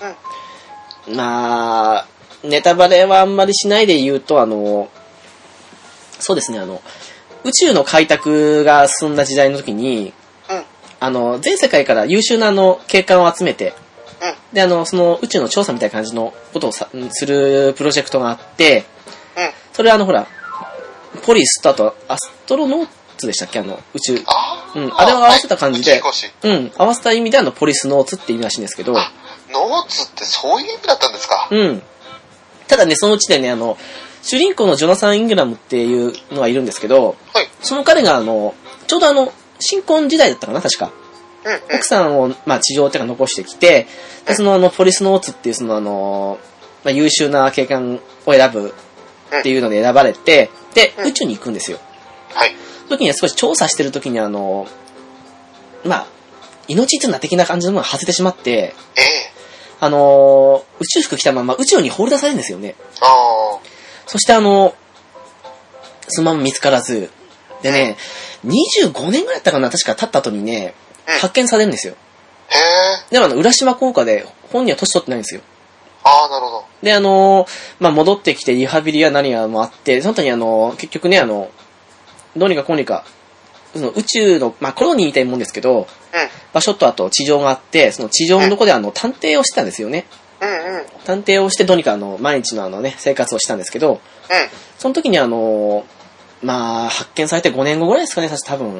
まあ、ネタバレはあんまりしないで言うと、そうですね、宇宙の開拓が進んだ時代の時に、全世界から優秀な警官を集めて、で、その宇宙の調査みたいな感じのことをするプロジェクトがあって、それはほら、ポリスとあとアストロノーツでしたっけ、宇宙。あれを合わせた感じで、合わせた意味でポリスノーツって意味らしいんですけど。 ノーツってそういう意味だったんですか？ ただね、そのうちでね、主人公のジョナサン・イングラムっていうのがいるんですけど、その彼がちょうど新婚時代だったかな、確か。奥さんを、まあ、地上っていうか残してきて、で、ポリスノーツっていう優秀な警官を選ぶ、 っていうので選ばれて、で、 うん宇宙に行くんですよ。 はい。 その時には少し調査してる時にまあ、命綱的な感じのものが外れてしまって、 ええ。 宇宙服着たまま宇宙に放り出されるんですよね。 あそしてそのまま見つからず、でね、25年ぐらいだったかな、確か経った後にね、発見されるんですよ。 へえ。 でも浦島効果で本人は年取ってないんですよ。 ああ、なるほど。 で、まあ、戻ってきてリハビリや何やもあって、その時に結局ね、どうにかこうにか、その宇宙の、まあ、コロニーみたいなもんですけど、 うん。 場所とあと地上があって、その地上のとこで探偵をしてたんですよね。 うんうん。 探偵をしてどうにか毎日のね、生活をしたんですけど、 うん。 その時にまあ、発見されて5年後ぐらいですかね、多分。 うん。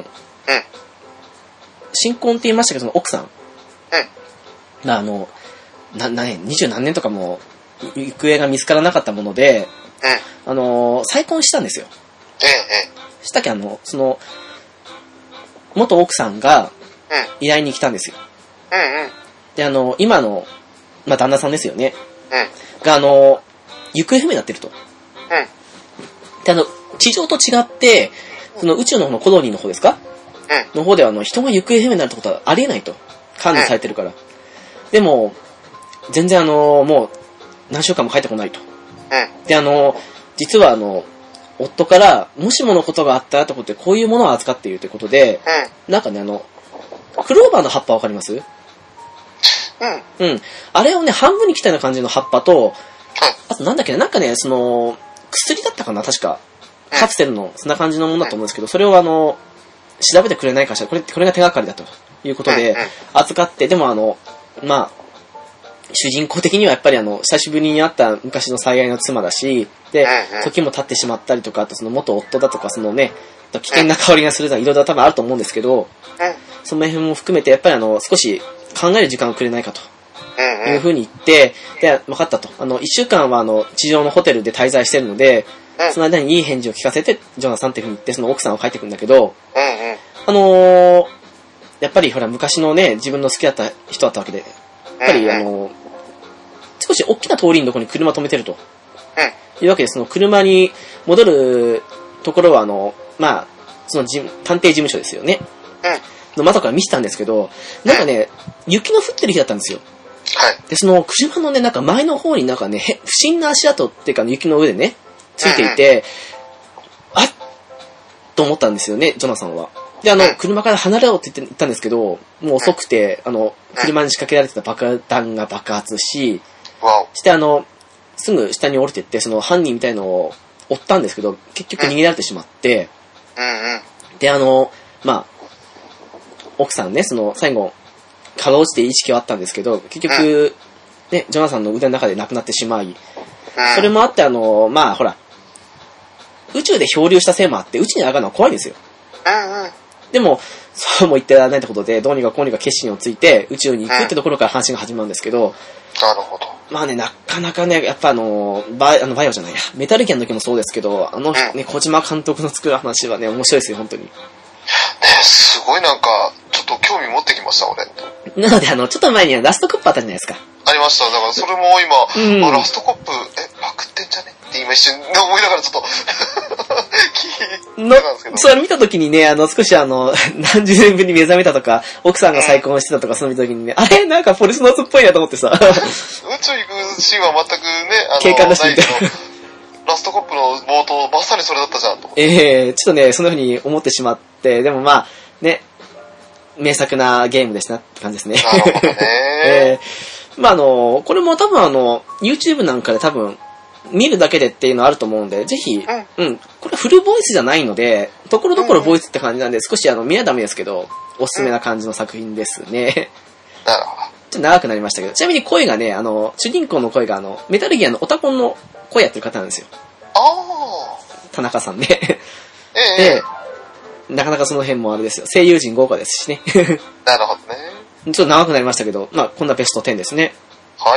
新婚って言いましたけど、その奥さん。 うん。 が20何年とかも、行方が見つからなかったもので、 うん。 再婚したんですよ。 ええ。 したっけその、元奥さんがうん。 依頼に来たんですよ。 うんうん。 で、今の、まあ、旦那さんですよね。 うん。 が、行方不明になってると。 うん。 で、地上と違って、その宇宙の方のコロニーの方ですかうん。 の方では、人が行方不明になるってことはありえないと。管理されてるから。でも、全然もう、何週間も帰ってこないと。 うん。 で、実は夫から、もしものことがあったらってことで、こういうものを扱っているということで、 うん。 なんかね、クローバーの葉っぱわかります？ うん。 うん。あれをね、半分に切ったような感じの葉っぱと、 はい。 あとなんだっけな、なんかね、薬だったかな、確か。カプセルの、そんな感じのものだと思うんですけど、それを調べてくれないかしら、これが手がかりだということで、扱って、でもまあ、主人公的にはやっぱり久しぶりに会った昔の最愛の妻だし、で、時も経ってしまったりとか、あとその元夫だとか、そのね、危険な香りがするとかいろいろ多分あると思うんですけど、その辺も含めてやっぱり少し考える時間をくれないかと。いう風に言って、で、分かったと。1週間は地上のホテルで滞在してるので、その間にいい返事を聞かせて、ジョナサンっていう風に言って、その奥さんを帰ってくるんだけど、やっぱりほら、昔のね、自分の好きだった人だったわけで、やっぱり少し大きな通りのところに車止めてると。いうわけで、その車に戻るところはまあ、その探偵事務所ですよね。の窓から見せたんですけど、なんかね、雪の降ってる日だったんですよ。 はい。 で、その車のね、なんか前の方になんかね、不審な足跡っていうか雪の上でね、ついていて、あっと思ったんですよね、ジョナサンは。で、車から離れようって言ったんですけど、もう遅くて、車に仕掛けられてた爆弾が爆発し、してすぐ下に降りてって、その犯人みたいのを追ったんですけど、結局逃げられてしまって、で、まあ、奥さんね、最後、かが落ちて意識はあったんですけど、結局、ね、ジョナサンの腕の中で亡くなってしまい、それもあってまあ、ほら、宇宙で漂流したせいもあって、宇宙に上がるのは怖いんですよ。でも、そうも言ってられないってことで、どうにかこうにか決心をついて、宇宙に行くってところから話が始まるんですけど、 なるほど。 まあね、なかなかね、やっぱバイオじゃないや、メタルギアの時もそうですけど、ね、小島監督の作る話はね、面白いですよ、本当に。 ね、すごいなんか、ちょっと興味持ってきました、俺。 なので、ちょっと前にはラストカップあったじゃないですか。 ありました。だからそれも今、ラストカップ、パクってんじゃねって今一瞬思いながらちょっと聞いてたんですけど。 それ見たときにね、少し何十年ぶりに目覚めたとか、奥さんが再婚してたとか、その見たときにね、あれなんかポリスノーツっぽいなと思ってさ。 宇宙行くシーンは全くね、 警官らしいみたいな。 ラストカップの冒頭、まさにそれだったじゃんと思って。 ちょっとね、そんな風に思ってしまって、でもまあ、ね、名作なゲームでしたって感じですね。 なるほどね。 まあこれも多分YouTube なんかで多分、見るだけでっていうのあると思うんで、ぜひ、これフルボイスじゃないので、ところどころボイスって感じなんで、少し見はダメですけど、おすすめな感じの作品ですね。 なるほど。 ちょっと長くなりましたけど、ちなみに声がね、主人公の声がメタルギアのオタコンの声やってる方なんですよ。田中さんね。なかなかその辺もあれですよ。声優陣豪華ですしね。 なるほどね。 ちょっと長くなりましたけど、まあこんなベスト10ですね。 はい。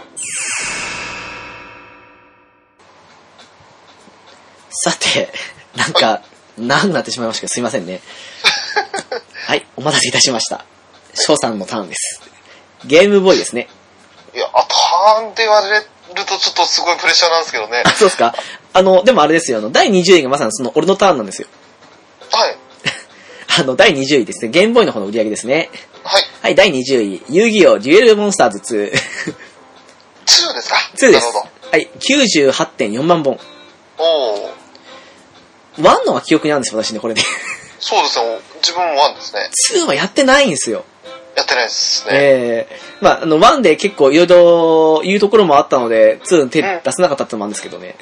さて、なんか、長くなってしまいましたけど、すいませんね。はい、お待たせいたしました。翔さんのターンです。ゲームボーイですね。 いや、ターンって言われるとちょっとすごいプレッシャーなんですけどね。 そうですか。 でもあれですよ、第20位がまさにその俺のターンなんですよ。 はい。 第20位ですね。ゲームボーイの方の売り上げですね。 はい。 はい、第20位。遊戯王デュエルモンスターズ2。 2ですか？ 2 です。 なるほど。 はい、98.4 万本。 おー。 1のは記憶にあるんですよ、私ね、これね。 そうですよ。自分も1ですね。 2はやってないんですよ。 やってないですね。 まあ、1で結構いろいろ言うところもあったので、2に手出せなかったってのもあるんですけどね。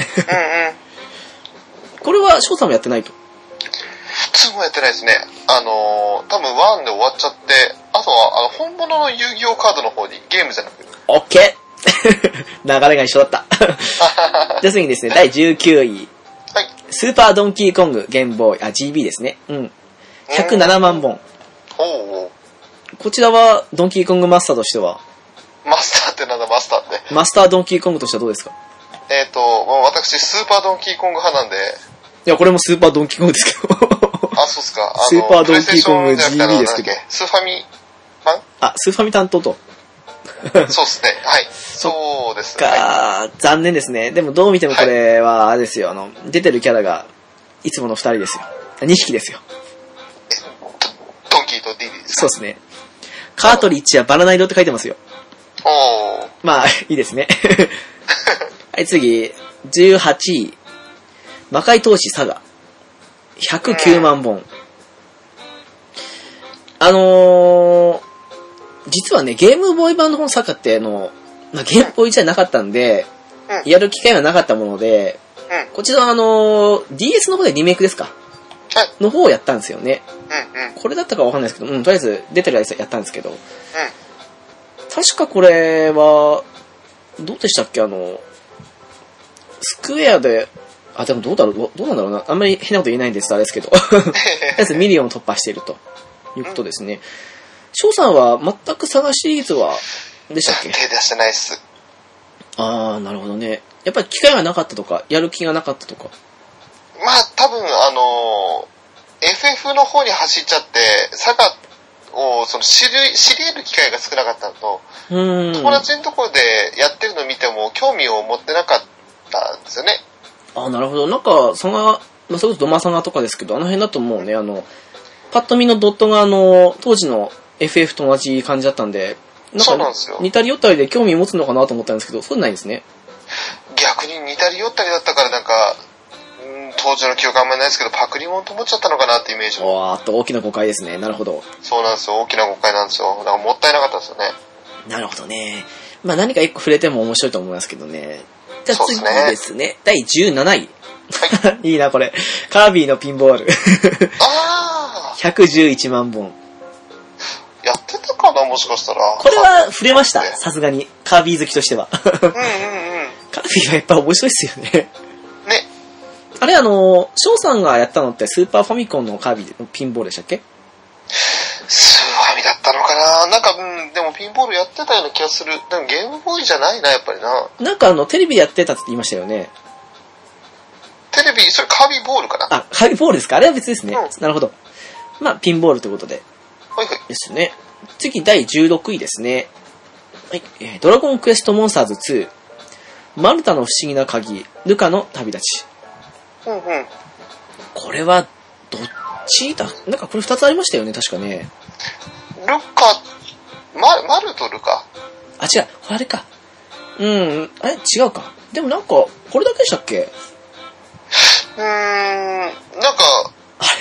これは翔さんもやってないと。 2もやってないですね。多分1で終わっちゃって、あとは、本物の遊戯王カードの方に、ゲームじゃなくて。 オッケー流れが一緒だった。じゃあ次にですね、第19位。 はい。 スーパードンキーコング、ゲームボーイ、GB ですね。うん。107万本。 おー。 こちらは、ドンキーコングマスターとしてはマスターってなんだ、マスターって。 マスタードンキーコングとしてはどうですか？ 私、スーパードンキーコング派なんで。 いや、これもスーパードンキーコングですけど。 あ、そうっすか。 スーパードンキーコング GB ですけど。 スーファミ版？ あ、スーファミ担当と。 そうですね。はい。そうですね。 残念ですね。でもどう見てもこれは、あれですよ。出てるキャラが、いつもの2人ですよ。2匹ですよ。 ドンキーとディディですか？ そうですね。カートリッジはバナナ色って書いてますよ。 おー。 まあ、いいですね。はい、次。18位。魔界闘士サガ。109万本。実はね、ゲームボーイ版の本サガってゲームボーイじゃなかったんで、やる機会はなかったもので、こちらはDS の方でリメイクですか？の方をやったんですよね。これだったかわかんないですけど、とりあえず出てるやつやったんですけど、確かこれは、どうでしたっけスクエアで、でもどうなんだろうな。あんまり変なこと言えないんですあれですけど。とりあえずミリオンを突破しているということですね。翔さんは全くサガシリーズは、でしたっけ？ 手出してないっす。 なるほどね。やっぱり機会がなかったとか、やる気がなかったとか。 まあ、多分FF の方に走っちゃって、サガを知り得る機会が少なかったのと、友達のところでやってるのを見ても興味を持ってなかったんですよね。 なるほど。なんか、それこそドマサガとかですけど、あの辺だともうね、パッと見のドットが当時の FF と同じ感じだったんで、 そうなんですよ。 似たり寄ったりで興味持つのかなと思ったんですけど、そうじゃないんですね。 逆に似たり寄ったりだったから当時の記憶あんまりないですけど、パクリモンと思っちゃったのかなってイメージも。 大きな誤解ですね。なるほど。 そうなんですよ。大きな誤解なんですよ。だからもったいなかったですよね。 なるほどね。まあ何か一個触れても面白いと思いますけどね。じゃあ次ですね。第17位。はい、いいな、これ。カービィのピンボール。111万本。 やってたかな、もしかしたら。 これは触れました。さすがに。カービィ好きとしては。カービィはやっぱ面白いですよね。 ね。 あれ、翔さんがやったのってスーパーファミコンのカービィのピンボールでしたっけ？ スーファミだったのかな。でもピンボールやってたような気がする。でもゲームボーイじゃないな、やっぱりな。 なんかテレビでやってたって言いましたよね。 テレビ、それカービィボールかな。 カービィボールですか？あれは別ですね。なるほど。まあ、ピンボールということで。 はいはい。 ですね。次、第16位ですね。はい。ドラゴンクエストモンスターズ2。マルタの不思議な鍵、ルカの旅立ち。これは、どっちだ？なんかこれ2つありましたよね、確かね。 ルカ、マルとルカ？ 違う。あれか。違うか。でもなんか、これだけでしたっけ？ なんか、 あれ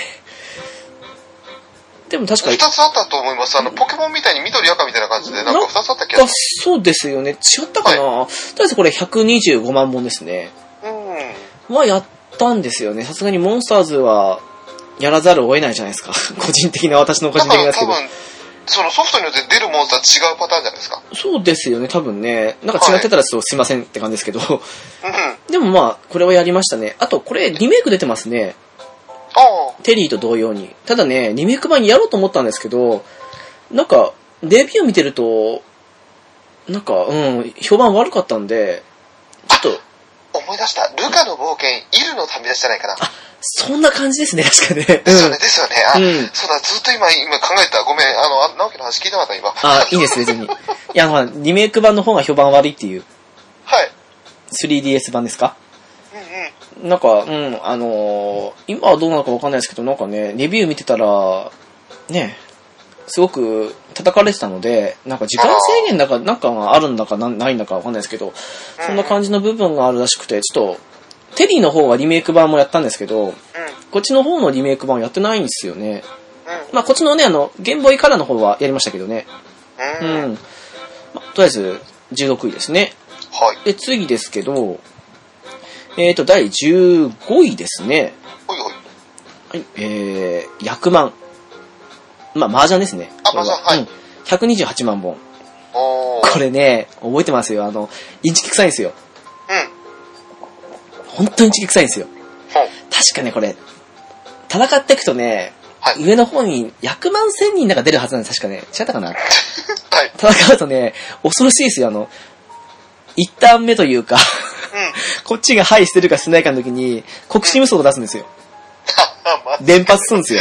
でも確かに。 2つあったと思います。ポケモンみたいに緑赤みたいな感じで、なんか2つあったっけ？ そうですよね。違ったかな、とりあえずこれ125万本ですね。やったんですよね。さすがにモンスターズは、やらざるを得ないじゃないですか。私の個人的なですけど。 多分、そのソフトによって出るモンスター違うパターンじゃないですか。 そうですよね、多分ね。なんか違ってたらちょっとすいませんって感じですけど。でもこれはやりましたね。あと、これ、リメイク出てますね。テリーと同様に。ただね、リメイク版やろうと思ったんですけど、なんか、レビュー見てると、なんか、評判悪かったんで、ちょっと。 思い出した。ルカの冒険、イルの旅立ちじゃないかな。 そんな感じですね、確かね。 ですよね。そうだ、ずっと今考えた。ごめん、直樹の話聞いてなかった、今。 いいです、別に。いや、リメイク版の方が評判悪いっていう。 はい。 3DS 版ですか？ なんか、今はどうなのかわかんないですけど、なんかね、レビュー見てたら、ね、すごく叩かれてたので、なんか時間制限だか、なんかがあるんだかないんだかわかんないですけど、そんな感じの部分があるらしくて、ちょっと、テリーの方はリメイク版もやったんですけど、こっちの方のリメイク版やってないんですよね。まあこっちのね、ゲームボーイカラーの方はやりましたけどね。まあ、とりあえず、16位ですね。 はい。 で、次ですけど、第15位ですね。はい、100万。まあ、麻雀ですね。 麻雀、はい。 128万本。これね、覚えてますよ。インチキ臭いんですよ。本当にインチキ臭いんですよ。確かね、これ、戦っていくとね、上の方に100万1000人が出るはずなんです、確かね。違ったかな戦うとね、恐ろしいですよ。一ターン目というか、こっちがハイしてるかしてないかの時に、国士無双を出すんですよ。連発するんですよ。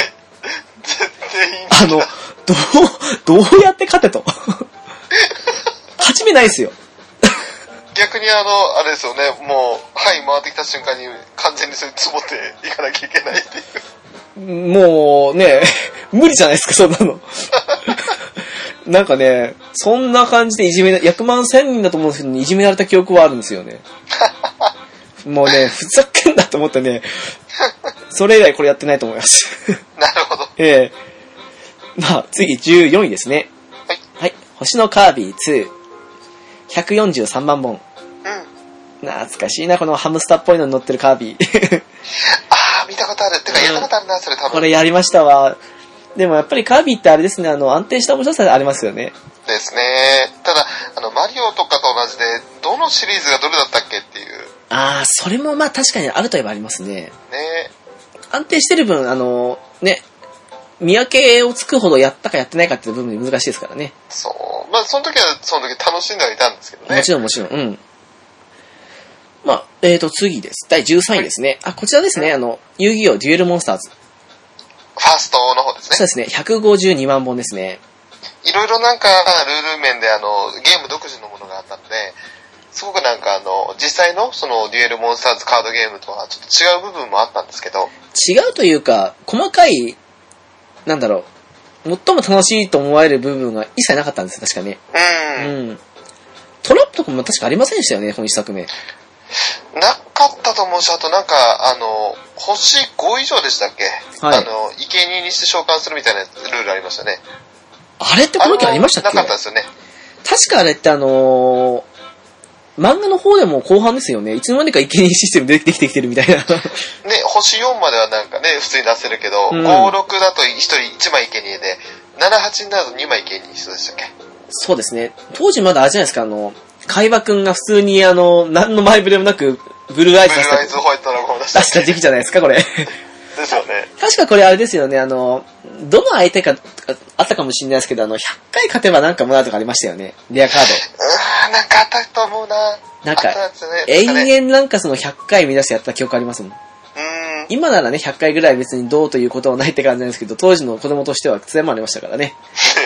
どうやって勝てと。勝ち目ないですよ。 逆にあれですよね、もう、はい、回ってきた瞬間に完全にそれ積もっていかなきゃいけないっていう。 もうね、無理じゃないですか、そんなの。なんかね、そんな感じで100万1000人だと思うんですけど、いじめられた記憶はあるんですよね。もうね、ふざけんなと思ってね、それ以来これやってないと思います。 なるほど。 まあ、次14位ですね。はい。星のカービィ2。143万本。懐かしいな、このハムスターっぽいのに乗ってるカービィ。 見たことある。てか、やったことあるな、それ多分。 これやりましたわ。でもやっぱりカービィってあれですね、安定した面白さありますよね。 ですね。ただ、マリオとかと同じで、どのシリーズがどれだったっけっていう。 それもまあ確かにあるといえばありますね。 ね。 安定してる分、ね、見分けをつくほどやったかやってないかっていう部分で難しいですからね。 そう。まあ、その時は、その時楽しんではいたんですけどね。 もちろんもちろん。まあ、次です。第13位ですね。こちらですね。遊戯王デュエルモンスターズ。 ファーストの方ですね。 そうですね。152万本ですね。 いろいろなんか、ルール面でゲーム独自のものがあったので、すごくなんか実際のそのデュエルモンスターズカードゲームとはちょっと違う部分もあったんですけど。 違うというか、細かい、なんだろう、最も楽しいと思われる部分が一切なかったんですよ、確かね。トラップとかも確かありませんでしたよね、この一作目。 なかったと思うし、あとなんか、星5以上でしたっけ？はい。生贄にして召喚するみたいなルールありましたね。 あれってこの時ありましたっけ？ なかったですよね。 確かあれって漫画の方でも後半ですよね。いつの間にか生贄システムできてきてるみたいな。ね、 星4まではなんかね、普通に出せるけど、5、6だと1人1枚生贄で、7、8になると2枚生贄にしてでしたっけ？ そうですね。当時まだあれじゃないですか、海馬くんが普通に何の前触れもななく、ブルーアイズホワイトドラゴンを出した時期じゃないですか、これ。 ですよね。 確かこれあれですよね、どの相手か、あったかもしれないですけど、100回勝てばなんかもらうとかありましたよね。レアカード。 なんかあったと思うな。 なんか、延々なんかその100回目指してやった記憶ありますもん。今ならね、100回ぐらい別にどうということはないって感じなんですけど、当時の子供としては強まありましたからね。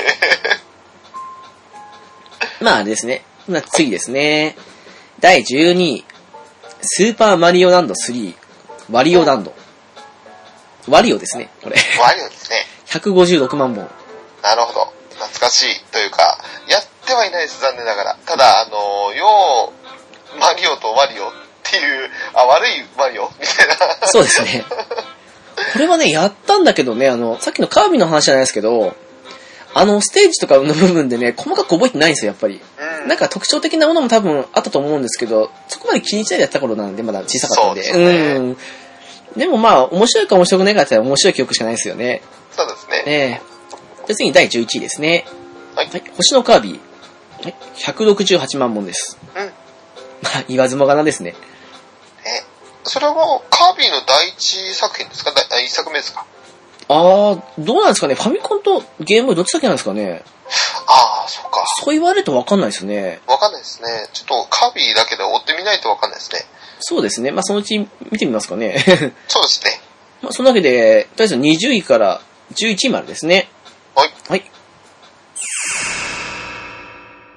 まああれですね。次ですね。第12位。スーパーマリオランド3。ワリオランド。ワリオですね、これ。 ワリオですね。 156万本。 なるほど。懐かしいというか、やってはいないです、残念ながら。ただ、マリオとワリオっていう、悪いマリオみたいな。 そうですね。これはね、やったんだけどね、さっきのカービィの話じゃないですけど、ステージとかの部分でね、細かく覚えてないんですよ、やっぱり。なんか特徴的なものも多分あったと思うんですけど、そこまで気にしないでやった頃なんで、まだ小さかったんで。 そうですね。 でもまあ、面白いか面白くないかって言ったら面白い記憶しかないですよね。 そうですね。 で、次に第11位ですね。はい。星のカービィ。はい。168万本です。まあ、言わずもがなですね。 それはカービィの第一作品ですか？第一作目ですか？ どうなんですかね。ファミコンとゲームボーイどっちだけなんですかね。 そっか。 そう言われると分かんないですね。 分かんないですね。ちょっとカービィだけで追ってみないと分かんないですね。 そうですね。まあ、そのうち見てみますかね。 そうですね。 まあ、そのわけで、とりあえず20位から11位までですね。 はい。 はい。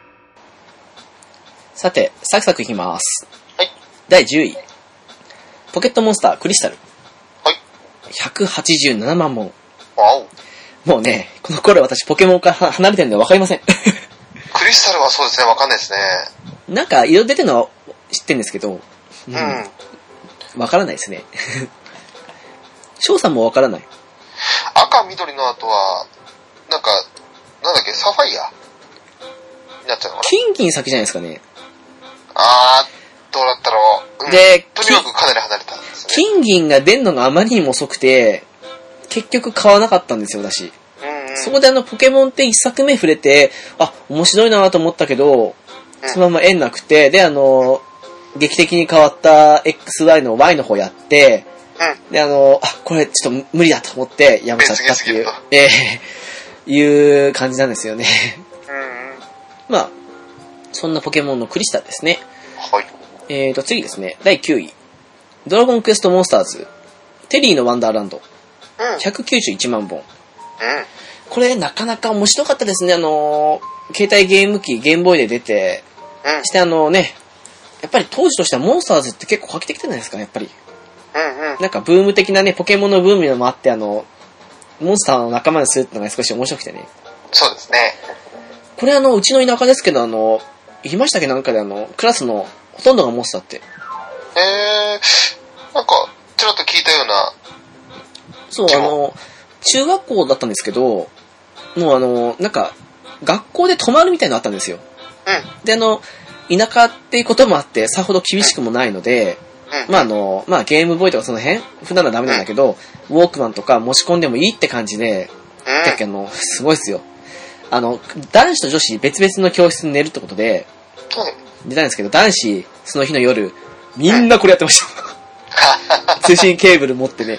さて、サクサクいきます。 はい。 第10位。 ポケットモンスタークリスタル。 はい。 187万本。 わお。 もうね、この頃私ポケモンから離れてるんで分かりません。 クリスタルはそうですね、わかんないですね。 なんか色出てるのは知ってるんですけど、 うん。 分からないですね。翔さんも分からない。 赤、緑の後は、なんだっけ、サファイアになっちゃうのかな。 金銀先じゃないですかね。 どうだったろう。 で、 とにかくかなり離れたんですね。 金銀が出んのがあまりにも遅くて、結局買わなかったんですよ、私。そこでポケモンって一作目触れて、面白いなと思ったけど、そのまま縁なくて、で、劇的に変わった XY の Y の方やって、で、これちょっと無理だと思ってやめちゃったっていう、いう感じなんですよね。まあ、そんなポケモンのクリスタルですね。 はい。 次ですね、第9位。ドラゴンクエストモンスターズ、テリーのワンダーランド。191万本。これなかなか面白かったですね。携帯ゲーム機、ゲームボーイで出て、してやっぱり当時としてはモンスターズって結構画期的じゃないですかね、やっぱり。なんかブーム的なね、ポケモンのブームもあって、モンスターの仲間にするってのが少し面白くてね。 そうですね。 これうちの田舎ですけど、言いましたっけなんかでクラスのほとんどがモンスターって。 なんか、ちょっと聞いたような。 そう、中学校だったんですけど、もうなんか、学校で泊まるみたいなのあったんですよ。で、田舎っていうこともあって、さほど厳しくもないので、まあゲームボーイとかその辺、普段はダメなんだけど、ウォークマンとか持ち込んでもいいって感じで、だけどすごいですよ。男子と女子別々の教室に寝るってことで、寝たんですけど、男子、その日の夜、みんなこれやってました。通信ケーブル持ってね。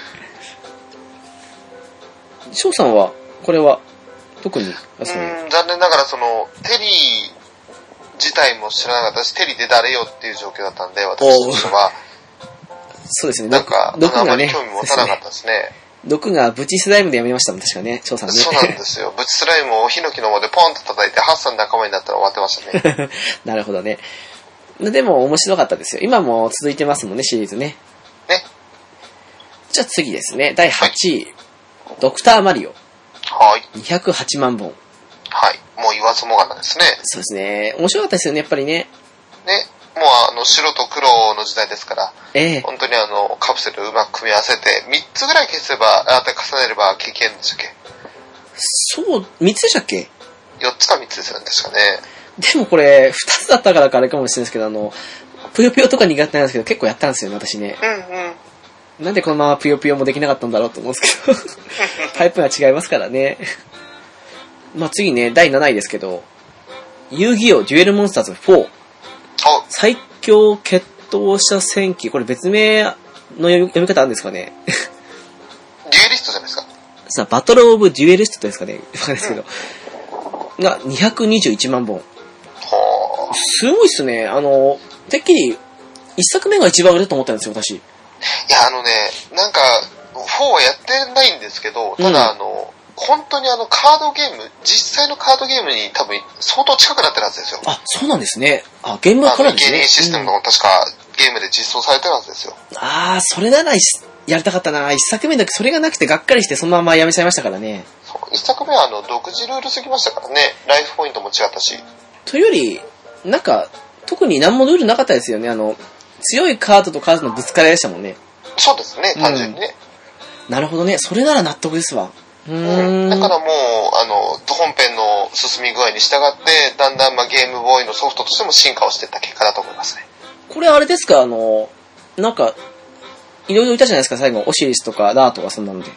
翔さんは、これは、特に、 残念ながらテリー自体も知らなかったし、テリーで誰よっていう状況だったんで、私としては。 そうですね、 なんか、あまり興味持たなかったですね。 毒がブチスライムでやめましたもん、確かね、翔さんね。 そうなんですよ。ブチスライムをヒノキの方でポンと叩いて、ハッサン仲間になったら終わってましたね。 なるほどね。でも面白かったですよ。今も続いてますもんね、シリーズね。じゃあ次ですね、第8位。ドクターマリオ。 はい。 208万本。 はい。もう言わずもがなですね。 そうですね。面白かったですよね、やっぱりね。 ね。もう白と黒の時代ですから。本当にカプセルうまく組み合わせて、3つぐらい消せば、重ねれば消えるんでしたっけ？ そう、3つでしたっけ？ 4 つか3つですよね、確かね。 でもこれ、2つだったからかあれかもしれないですけど、ぷよぷよとか苦手なんですけど、結構やったんですよね、私ね。なんでこのままぷよぷよもできなかったんだろうと思うんですけど、タイプが違いますからね。まあ次ね、第7位ですけど、遊戯王デュエルモンスターズ4。最強決闘者戦記。これ別名の読み方あるんですかね。 デュエリストじゃないですか。 さあ、バトルオブデュエリストですかね。ですけど。が221万本。すごいっすね。てっきり、一作目が一番売れると思ったんですよ、私。いや、なんか、4はやってないんですけど、ただ本当にカードゲーム、実際のカードゲームに多分相当近くなってるはずですよ。 そうなんですね。ゲームからですね。 ゲーミングシステムの確かゲームで実装されてるはずですよ。 それならやりたかったな。一作目だけそれがなくてがっかりしてそのままやめちゃいましたからね。 一作目は独自ルールすぎましたからね。ライフポイントも違ったし。 というより、なんか、特に何もルールなかったですよね。強いカードとカードのぶつかり合いでしたもんね。 そうですね、単純にね。 なるほどね。それなら納得ですわ。 だからもう、本編の進み具合に従って、だんだんゲームボーイのソフトとしても進化をしていった結果だと思いますね。 これあれですか、なんか、いろいろいたじゃないですか、最後。オシリスとか、ラーとかそんなので。 ちょ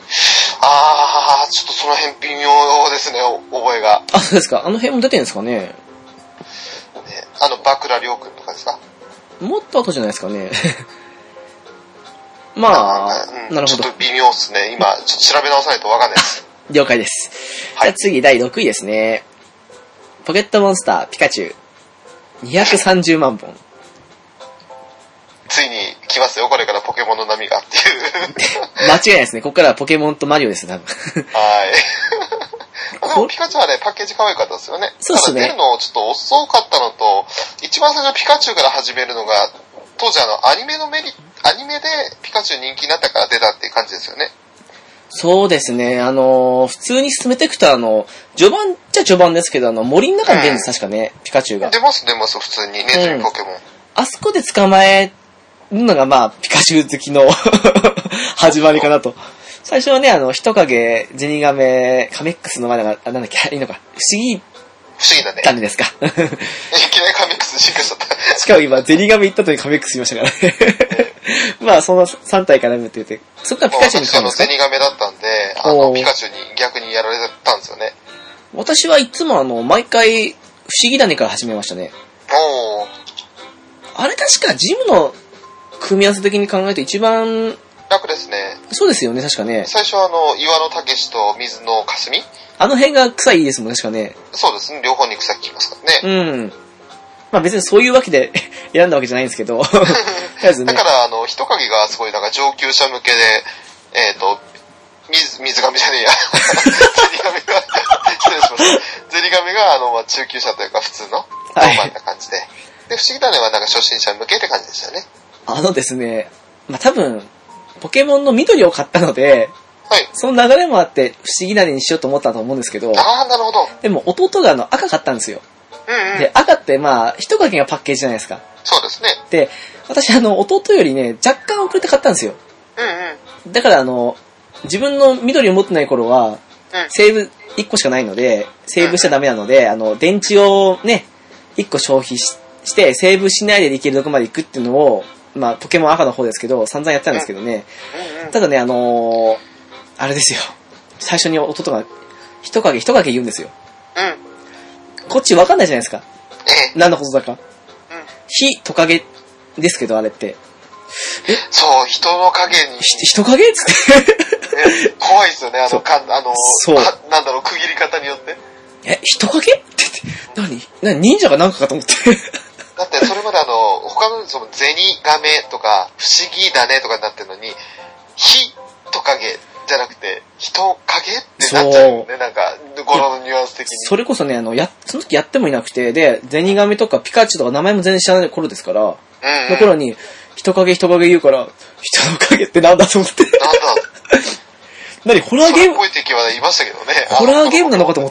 っとその辺微妙ですね、覚えが。 そうですか。あの辺も出てるんですかね。 バクラリョウ君とかですか？ もっと後じゃないですかね。なるほど。 ちょっと微妙っすね。今、ちょっと調べ直さないとわかんないです。 了解です。じゃあ次、第6位ですね。ポケットモンスター、ピカチュウ。230万本。 ついに来ますよ、これからポケモンの波がっていう。 間違いないですね。ここからはポケモンとマリオです、多分。 はい。でもピカチュウはね、パッケージ可愛かったですよね。 そうですね。 ただ出るのちょっと遅かったのと、一番最初ピカチュウから始めるのが、当時アニメのアニメでピカチュウ人気になったから出たっていう感じですよね。 そうですね。普通に進めていくと、序盤っちゃ序盤ですけど、森の中に出るんです、確かね、ピカチュウが。 出ます、普通に。ネズミポケモン。 あそこで捕まえるのが、まあ、ピカチュウ好きの始まりかなと。最初はね、人影、ゼニガメ、カメックスの前だから、なんだっけ、いいのか。不思議だね。 種ですか。 いきなりカメックス進化しちゃった。 しかも今、ゼニガメ行った後にカメックスいましたからね。まあ、その3体から見てて、そっからピカチュウに変わるんですか？ ゼニガメだったんで、ピカチュウに逆にやられたんですよね。 私はいつも毎回、不思議種から始めましたね。あれ確かジムの組み合わせ的に考えると一番楽ですね。 そうですよね、確かね。 最初岩のたけしと水のかすみ。 あの辺が草いいですもん、確かね。 そうですね、両方に草効きますからね。 うん。まあ別にそういうわけで選んだわけじゃないんですけど。とりあえずね。 だから人影がすごいなんか上級者向けで、水亀じゃねえや。ゼニガメが、失礼しました。ゼニガメが中級者というか普通の、ノーマルな感じで。で、不思議種はなんか初心者向けって感じでしたよね。 ですね、まあ多分、ポケモンの緑を買ったので、 はい。 その流れもあって、不思議種にしようと思ったと思うんですけど、 ああ、なるほど。 でも弟が赤買ったんですよ。 うんうん。 で、赤ってまあ、人影がパッケージじゃないですか。 そうですね。 で、私弟よりね、若干遅れて買ったんですよ。 うんうん。 だから自分の緑を持ってない頃は、 うん。 セーブ1個しかないので、セーブしちゃダメなので、電池をね、1個消費して、セーブしないでいけるとこまで行くっていうのを、まあ、ポケモン赤の方ですけど、散々やったんですけどね。 うんうん。 ただね、あれですよ。最初に弟が、人影言うんですよ。 うん。 こっち分かんないじゃないですか。何のことだか。 うん。 火、トカゲですけど、あれって。 そう、人の影に。 人影っつって。 怖いですよね、 そうなんだろう、区切り方によって。 人影って言って、何忍者かなんかかと思って。 だってそれまで他のゼニガメとか、不思議だねとかになってるのに、火と影じゃなくて、人影ってなっちゃうよね、なんか、語呂のニュアンス的に。 それこそね、その時やってもいなくて、で、ゼニガメとかピカチュウとか名前も全然知らない頃ですから、 うんうん、 の頃に、人影言うから、人の影ってなんだと思って。 なんだ何ホラーゲームそれっぽい敵はいましたけどね。 ホラーゲームなのかと思って。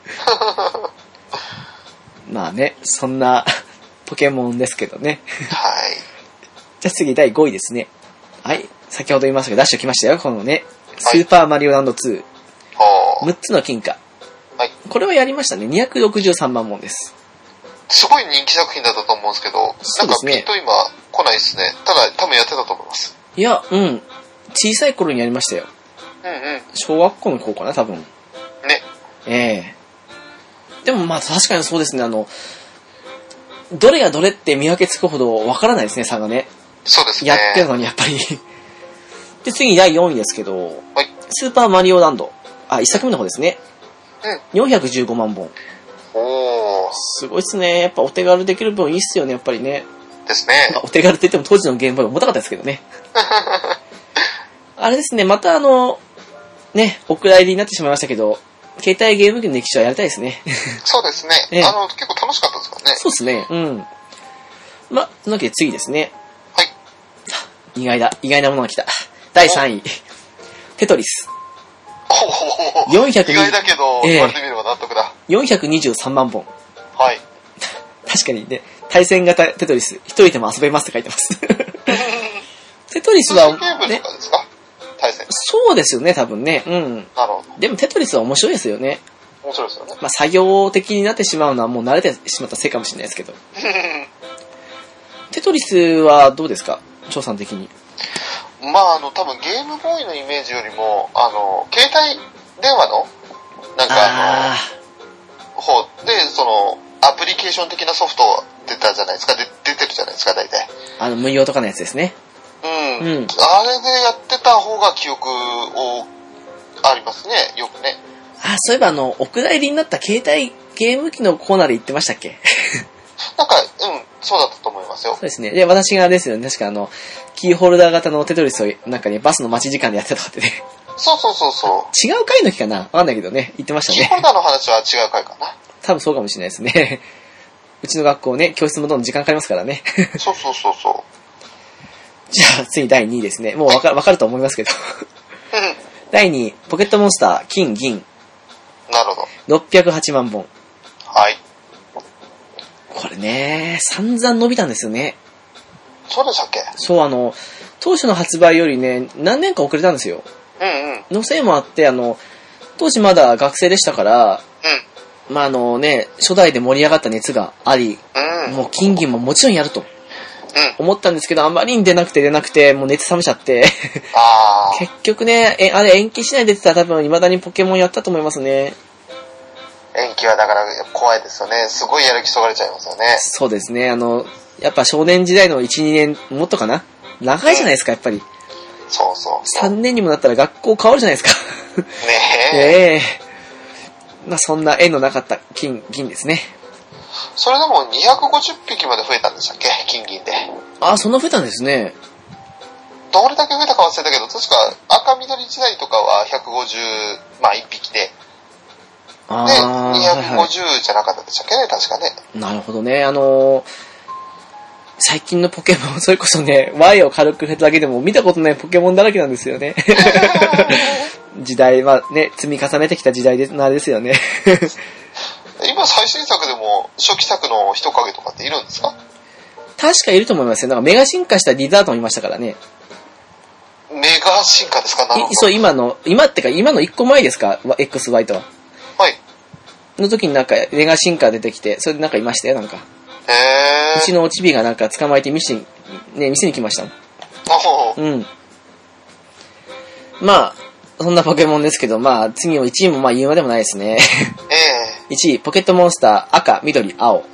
まあね、そんなポケモンですけどね。 はい。 じゃあ次第5位ですね。はい。先ほど言いましたけど出しておきましたよ。このね、スーパーマリオランド2。6つの金貨。 はい。 これはやりましたね。263万本です。 すごい人気作品だったと思うんですけど、なんかピンと今来ないですね。ただ多分やってたと思います。 いや、うん。小さい頃にやりましたよ。 うんうん。 小学校の頃かな、多分。 ね。 でもまあ確かにそうですね、どれがどれって見分けつくほどわからないですね、差がね。 そうですね。 やってるのにやっぱり。で、次第4位ですけど、 はい。 スーパーマリオランド。1作目の方ですね。 うん。 415万本。 おー。 すごいっすね。やっぱお手軽できる分いいっすよね、やっぱりね。 ですね。 まあ、お手軽って言っても当時のゲームボーイ重たかったですけどね。あれですね、またね、お蔵入りになってしまいましたけど、携帯ゲーム機の歴史はやりたいですね。 そうですね。結構楽しかったですからね。 そうですね。うん。ま、そのわけで次ですね。 はい。 意外なものが来た。第3位。テトリス。 意外だけど、言われてみれば納得だ。 423万本。 はい。 確かにね、対戦型テトリス、一人でも遊べますって書いてます。テトリスは、 ゲームとかですか？対戦。 そうですよね、多分ね。うん。 なるほど。 でもテトリスは面白いですよね。 面白いですよね。 まあ、作業的になってしまうのはもう慣れてしまったせいかもしれないですけど。テトリスはどうですか？張さん的に。 まあ、多分ゲームボーイのイメージよりも、携帯電話の、なんか方で、アプリケーション的なソフト出たじゃないですか。出てるじゃないですか、大体。 無料とかのやつですね。 うん。あれでやってた方が記憶ありますね、よくね。 そういえばお蔵入りになった携帯ゲーム機のコーナーで言ってましたっけ？ なんか、そうだったと思いますよ。 そうですね。で、私がですよね、確かキーホルダー型のテトリスをなんかね、バスの待ち時間でやってたってね。 そう。 違う回の日かな？わかんないけどね、言ってましたね。 キーホルダーの話は違う回かな。 多分そうかもしれないですね。うちの学校ね、教室もどんどん時間かかりますからね。 そう。 じゃあ、次第2位ですね。もうわかると思いますけど。第2位、ポケットモンスター、金、銀。 なるほど。 608万本。 はい。 これね、散々伸びたんですよね。 そうでしたっけ？ そう、当初の発売よりね、何年か遅れたんですよ。のせいもあって、当時まだ学生でしたから、まあ初代で盛り上がった熱があり、もう金銀ももちろんやると。思ったんですけど、あまりに出なくて、もう熱冷めちゃって。結局ね、あれ延期しないでってたら多分未だにポケモンやったと思いますね。 延期はだから怖いですよね。すごいやる気そがれちゃいますよね。 そうですね。やっぱ少年時代の1、2年、もっとかな？長いじゃないですか、やっぱり。 そう。 3年にもなったら学校変わるじゃないですか。 ねえ。 まあそんな縁のなかった金、銀ですね。 それでも250匹まで増えたんでしたっけ？金銀で。 そんな増えたんですね。 どれだけ増えたか忘れたけど、確か赤緑時代とかは150、まあ1匹で。で、250じゃなかったでしたっけね、確かね。 なるほどね。最近のポケモン、それこそね、Y を軽く触れただけでも見たことないポケモンだらけなんですよね。時代はね、積み重ねてきた時代で、あれですよね。 今最新作でも初期作の人影とかっているんですか？ 確かいると思いますよ。なんかメガ進化したリザードもいましたからね。 メガ進化ですか？なるほど。 そう、今の1個前ですか？ XY とは。 はい。 の時になんかメガ進化出てきて、それでなんかいましたよ、なんか。うちのおちびがなんか捕まえて店に来ましたもん。まあ、そんなポケモンですけど、まあ、次の1位もまあ言うまでもないですね。1位、ポケットモンスター、赤、緑、青。 はい。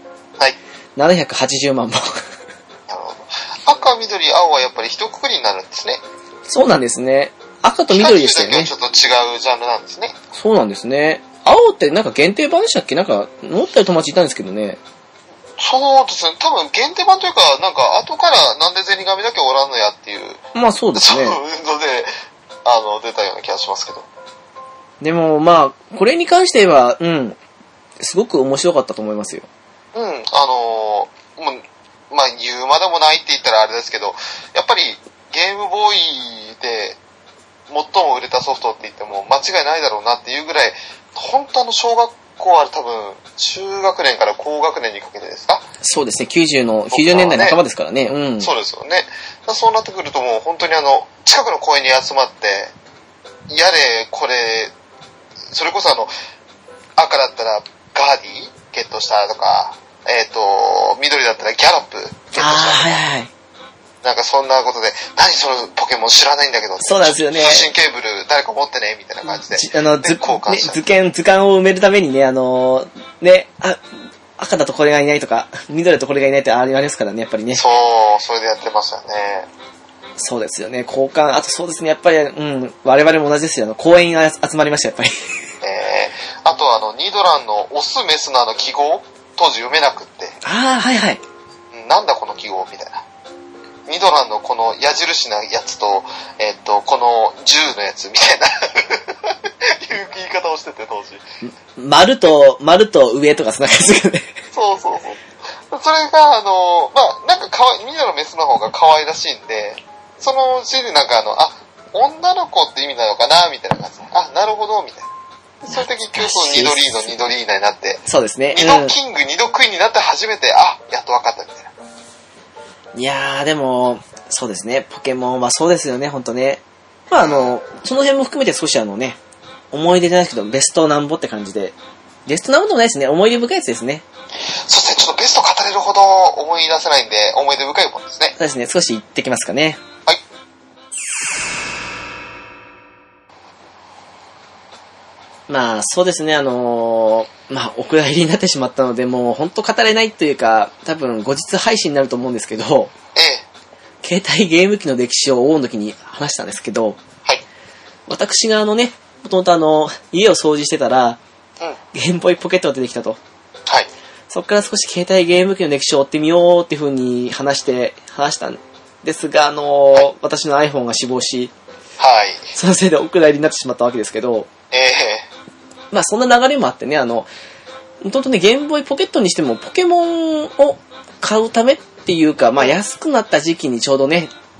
780万本。 なるほど。赤、緑、青はやっぱり一括りになるんですね。 そうなんですね。赤と緑でしたよね。 ちょっと違うジャンルなんですね。 そうなんですね。青ってなんか限定版でしたっけ？なんか、持ってる友達いたんですけどね。 そうですね。多分限定版というか、なんか後からなんでゼニガメだけおらんのやっていう。 まあそうですね。 そういうので、出たような気がしますけど。 でもまあ、これに関しては、すごく面白かったと思いますよ。 まあ言うまでもないって言ったらあれですけど、やっぱりゲームボーイで最も売れたソフトって言っても間違いないだろうなっていうぐらい、本当小学校は多分中学年から高学年にかけてですか？ そうですね、90年代半ばですからね。 そうですよね。そうなってくるともう本当に近くの公園に集まって、やれこれ、それこそ赤だったらガーディゲットしたとか、緑だったらギャロップゲットしたとか。なんかそんなことで、何そのポケモン知らないんだけど。 そうなんですよね。 通信ケーブル誰か持ってねみたいな感じで。 図鑑を埋めるためにね、赤だとこれがいないとか、緑だとこれがいないってありますからね、やっぱりね。 そう、それでやってましたね。 そうですよね、交換、あとそうですね、やっぱり、我々も同じですよ、公園に集まりました、やっぱり。 あとニドランのオスメスの記号、当時読めなくって。なんだこの記号みたいな。ニドランのこの矢印のやつと、この10のやつみたいないう言い方をしてて、当時。 丸と上とかそんな感じですよね。 そう。それが、なんかニドラのメスの方が可愛らしいんで、そのうちでなんか女の子って意味なのかなみたいな感じで。なるほど、みたいな。それで結局ニドリーノ、ニドリーナになって、 そうですね。 ニドキング、ニドクイーンになって初めて、やっと分かったみたいな。 いやー、でも、そうですね。ポケモンはそうですよね、ほんとね。まあその辺も含めて少し思い出じゃないですけど、ベストなんぼって感じで。ベストなんぼでもないですね。思い出深いやつですね。 そうですね。ちょっとベスト語れるほど思い出せないんで、思い出深いもんですね。 そうですね。少し言ってきますかね。 はい。 まあ、そうですね。お蔵入りになってしまったので、もう本当語れないというか、多分後日配信になると思うんですけど、携帯ゲーム機の歴史を大の時に話したんですけど、私がもともと家を掃除してたら、ゲームボーイポケットが出てきたと。そこから少し携帯ゲーム機の歴史を追ってみようっていう風に話したんですが、私の iPhone が死亡し、そのせいでお蔵入りになってしまったわけですけど、まあそんな流れもあってね、もともとね、ゲームボーイポケットにしてもポケモンを買うためっていうか、まあ安くなった時期にちょうどね、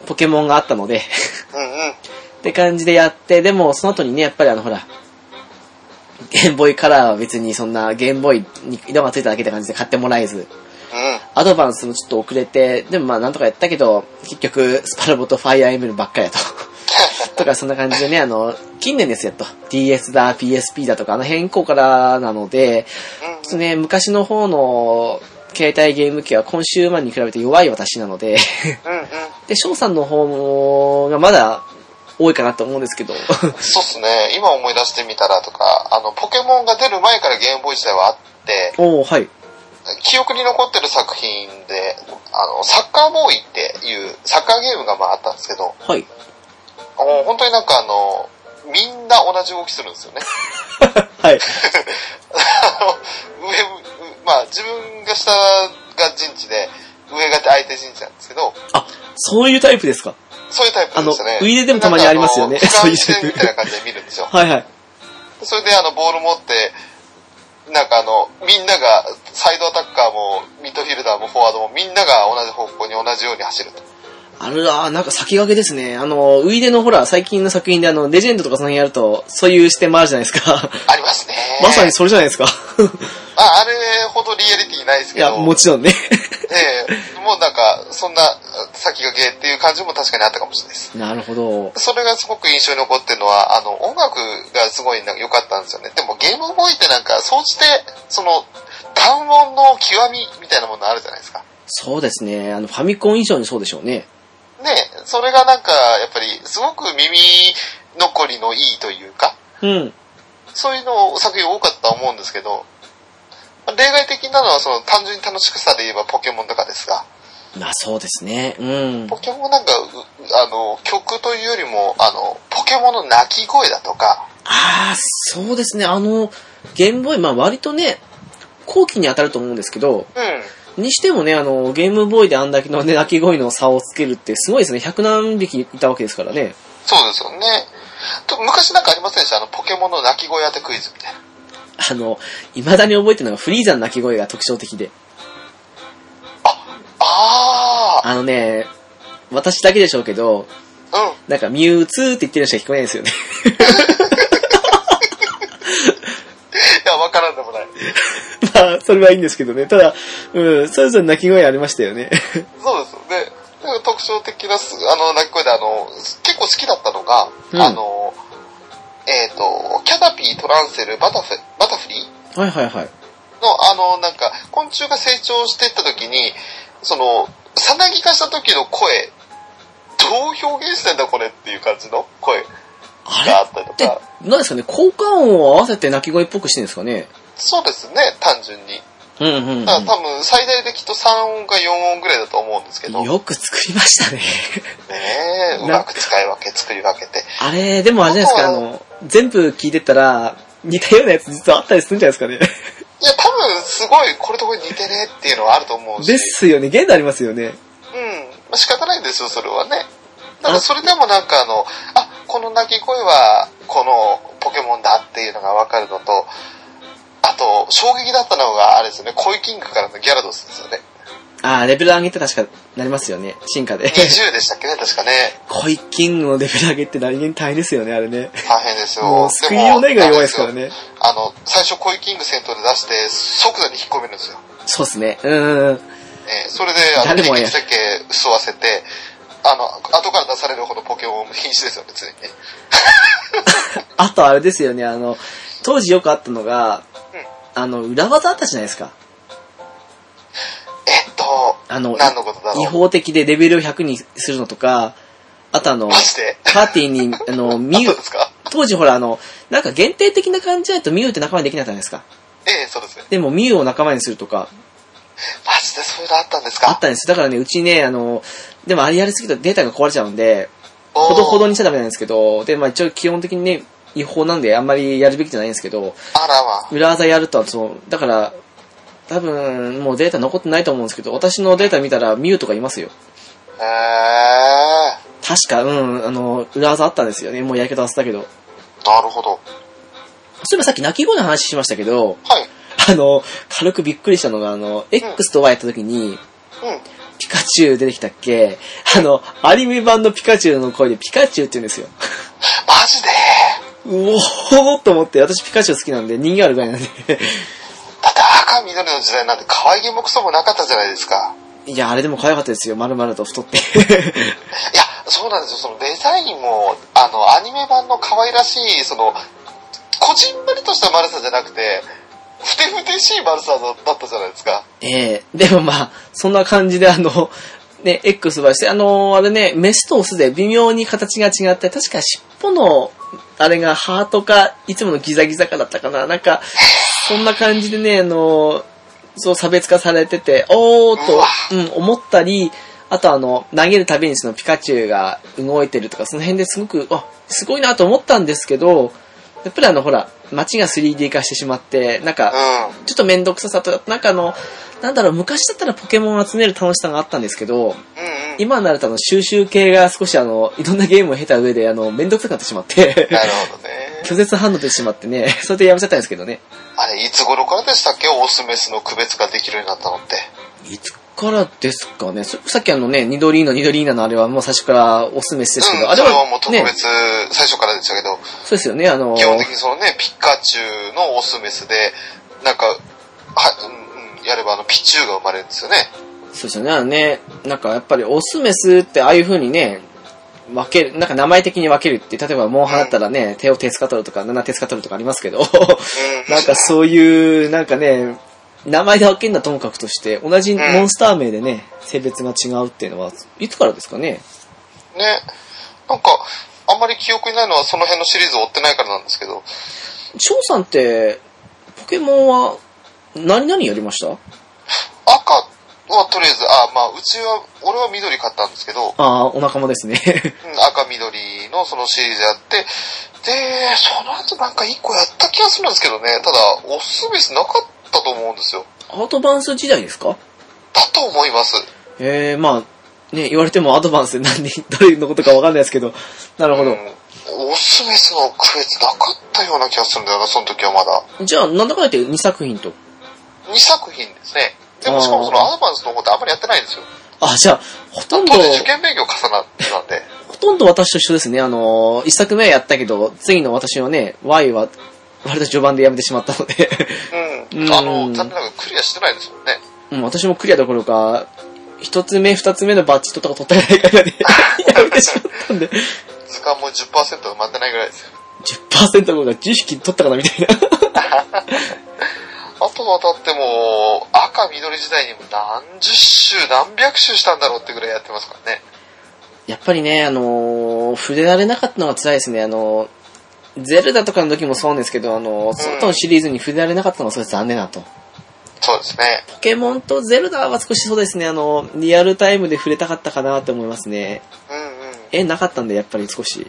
ポケモンがあったのでって感じでやって、でもその後にね、やっぱりほら、ゲームボーイカラーは別にそんなゲームボーイに色がついただけって感じで買ってもらえず、アドバンスもちょっと遅れて、でもまあなんとかやったけど、結局スパラボとファイアーエンブレムばっかりやと。とかそんな感じでね、近年ですよと。DS だ、PSP だとか辺以降からなので、ちょっとね、昔の方の携帯ゲーム機はコンシューマーに比べて弱い私なので、で、翔さんの方がまだ多いかなと思うんですけど。 そうっすね。今思い出してみたらとか、ポケモンが出る前からゲームボーイ時代はあって、 はい。 記憶に残ってる作品で、サッカーボーイっていうサッカーゲームがまああったんですけど、 はい。 本当になんかみんな同じ動きするんですよね。 はい。 まあ自分が下が陣地で、上が相手陣地なんですけど。 あ、そういうタイプですか？ そういうタイプですね。 ウイレでもたまにありますよね。 そういうタイプみたいな感じで見るんですよ。 はいはい。 それでボール持って、なんかみんなが、サイドアタッカーも、ミッドフィルダーもフォワードもみんなが同じ方向に同じように走ると。 なんか先駆けですね。ウイレのほら、最近の作品でレジェンドとかその辺やると、そういう視点もあるじゃないですか。 ありますね。 まさにそれじゃないですか。 あれほどリアリティないですけど。 いや、もちろんね。 もうなんか、そんな先駆けっていう感じも確かにあったかもしれないです。 なるほど。 それがすごく印象に残ってるのは、音楽がすごい良かったんですよね。でもゲームボーイってなんか、総じて、単音の極みみたいなものあるじゃないですか。 そうですね。ファミコン以上にそうでしょうね。 ね、それがなんか、やっぱり、すごく耳残りのいいというか、そういうの作品多かったと思うんですけど、例外的なのは単純に楽しさで言えばポケモンとかですが。 まあそうですね。 ポケモンなんか、曲というよりも、ポケモンの鳴き声だとか。 そうですね。ゲームボーイ、まあ割とね、後期に当たると思うんですけど、にしてもね、ゲームボーイであんだけのね、鳴き声の差をつけるってすごいですね。100何匹いたわけですからね。 そうですよね。昔なんかありませんでした？ポケモンの鳴き声当てクイズみたいな。 未だに覚えてるのがフリーザの鳴き声が特徴的で。私だけでしょうけど、なんかミュウツーって言ってるのしか聞こえないんですよね。 いや、わからんでもない。 まあ、それはいいんですけどね。ただ、それぞれ鳴き声ありましたよね。 そうですよね。特徴的な、鳴き声で、結構好きだったのが、キャタピー、トランセル、バタフリーはいはいはい。 の、なんか、昆虫が成長していった時に、さなぎ化した時の声、どう表現してんだこれっていう感じの声があったりとか。 何ですかね、効果音を合わせて鳴き声っぽくしてるんですかね。 そうですね、単純に。だから多分最大できっと3音か4音ぐらいだと思うんですけど。 よく作りましたね。 ねえ、うまく作り分けて。 あれ、でもあれじゃないですか、全部聞いてたら、似たようなやつ実はあったりするんじゃないですかね。 いや、多分すごいこれとこれ似てねっていうのはあると思うし。 ですよね、限度ありますよね。 まあ、仕方ないんですよ、それはね。だからそれでもなんかこの鳴き声はこのポケモンだっていうのが分かるのと、あと、衝撃だったのが、あれですよね、コイキングからのギャラドスですよね。 レベル上げって確かなりますよね、進化で。 20でしたっけね、確かね。 コイキングのレベル上げって何気に大変ですよね、あれね。 大変ですよ。 もう救いようないが弱いですからね。 最初コイキング戦闘で出して、即座に引っ込めるんですよ。 そうですね。 それで、 誰もや設計吸わせて、後から出されるほどポケモン瀕死ですよね、常にね。 あとあれですよね、当時よくあったのが、裏技あったじゃないですか。 何のことだろう。 違法的でレベルを100にするのとか、あとマジでパーティーに、ミュウ、当時ほらなんか限定的な感じだとミュウって仲間にできなかったじゃないですか。 そうですね。 でもミュウを仲間にするとか。 マジでそういうのあったんですか？ あったんです。だからね、うちね、でもあれやりすぎるとデータが壊れちゃうんで、ほどほどにしちゃダメなんですけど、で、まあ一応基本的にね、違法なんであんまりやるべきじゃないんですけど、裏技やると、だから、多分もうデータ残ってないと思うんですけど、私のデータ見たらミュウとかいますよ。確か、裏技あったんですよね。もうやり方忘れたけど。 なるほど。 そういえばさっき鳴き声の話しましたけど、 はい。 軽くびっくりしたのが、X と Y やった時に、 ピカチュウ出てきたっけ？アニメ版のピカチュウの声でピカチュウって言うんですよ。 マジで？ うおーと思って、私ピカチュウ好きなんで、人形あるぐらいなんで。 だって赤緑の時代なんて可愛げもクソもなかったじゃないですか。 いや、あれでも可愛かったですよ。丸々と太って。 いや、そうなんですよ。そのデザインも、アニメ版の可愛らしい、こじんまりとした丸さじゃなくて、ふてふてしい丸さだったじゃないですか。 でもまあ、そんな感じでね、X はして、あれね、メスとオスで微妙に形が違って、確か尻尾の、あれがハートか、いつものギザギザかだったかな。なんか、そんな感じでね、そう差別化されてて、おーと、思ったり、あと投げるたびにそのピカチュウが動いてるとか、その辺ですごく、すごいなと思ったんですけど、やっぱりほら、街が 3D 化してしまって、なんか、ちょっとめんどくささと、なんかなんだろう、昔だったらポケモンを集める楽しさがあったんですけど、今になると収集系が少しいろんなゲームを経た上でめんどくさくなってしまって、 なるほどね。 拒絶反応出てしまってね、それでやめちゃったんですけどね。 あれ、いつ頃からでしたっけ？オスメスの区別ができるようになったのって。 いつからですかね。さっきニドリーナのあれはもう最初からオスメスですけど、あれはもう特別、最初からでしたけど。 そうですよね、 基本的にピカチュウのオスメスで、なんか、やればピチュウが生まれるんですよね。 そうですよね。なんかやっぱりオスメスってああいう風にね、分ける、なんか名前的に分けるって、例えばモンハンだったらね、手を手つか取るとか、7手つか取るとかありますけど、なんかそういう、なんかね、名前で分けるのはともかくとして、同じモンスター名でね、性別が違うっていうのは、いつからですかね。 ね。なんか、あんまり記憶にないのはその辺のシリーズを追ってないからなんですけど。 翔さんって、ポケモンは、何やりました？ 赤はとりあえず、俺は緑買ったんですけど。 お仲間ですね。 赤緑のそのシリーズやって、で、その後なんか1個やった気がするんですけどね。ただ、オスメスなかったと思うんですよ。 アドバンス時代ですか？ だと思います。 まあ、ね、言われてもアドバンスどれのことかわかんないですけど、なるほど。 オスメスの区別なかったような気がするんだよな、その時はまだ。 じゃあ、なんだかんだ言って2作品と。 2作品ですね。でもしかもそのアドバンスの方ってあんまりやってないんですよ。 じゃあ、ほとんど。 当時受験勉強重なってたんで。 ほとんど私と一緒ですね。1作目はやったけど、次の私はね、Y は割と序盤でやめてしまったので。 残念ながらクリアしてないですもんね。 私もクリアどころか、1つ目、2つ目のバッジとか取ったぐらいからね、やめてしまったんで。 図鑑も 10% 埋まってないぐらいですよ。 10% 後が10匹取ったかなみたいな。 あとはだってもう、赤緑時代にも何百周したんだろうってぐらいやってますからね。 やっぱりね、触れられなかったのが辛いですね。ゼルダとかの時もそうなんですけど、その他のシリーズに触れられなかったのがすごい残念なと。 そうですね。 ポケモンとゼルダは少しそうですね、リアルタイムで触れたかったかなと思いますね。なかったんで、やっぱり少し。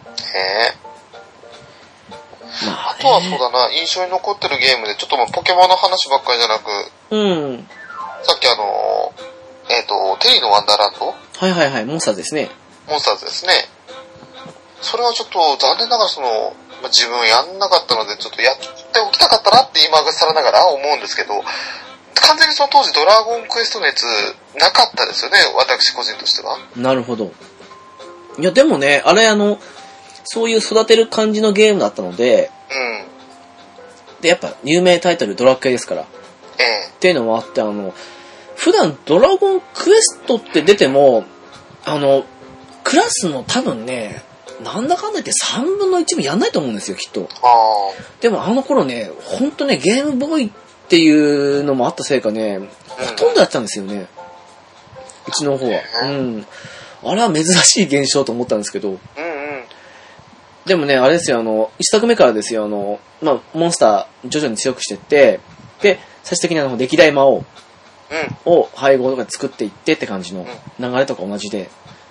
あとはそうだな、印象に残ってるゲームで、ちょっともうポケモンの話ばっかりじゃなく、さっきテリーのワンダーランド？ はい、モンスターズですね。 モンスターズですね。それはちょっと残念ながら自分やんなかったので、ちょっとやっておきたかったなって今更ながら思うんですけど、完全にその当時ドラゴンクエスト熱なかったですよね、私個人としては。 なるほど。いや、でもね、あれそういう育てる感じのゲームだったので、で、やっぱ有名タイトルドラクエですから。っていうのもあって、普段ドラゴンクエストって出ても、クラスの多分ね、なんだかんだ言って3分の1もやんないと思うんですよ、きっと。でも頃ね、ほんとね、ゲームボーイっていうのもあったせいかね、ほとんどやってたんですよね。うちの方は。あれは珍しい現象と思ったんですけど。でもね、あれですよ、1作目からですよ、モンスター徐々に強くしていって、で、最終的に歴代魔王を配合とか作っていってって感じの流れとか同じで。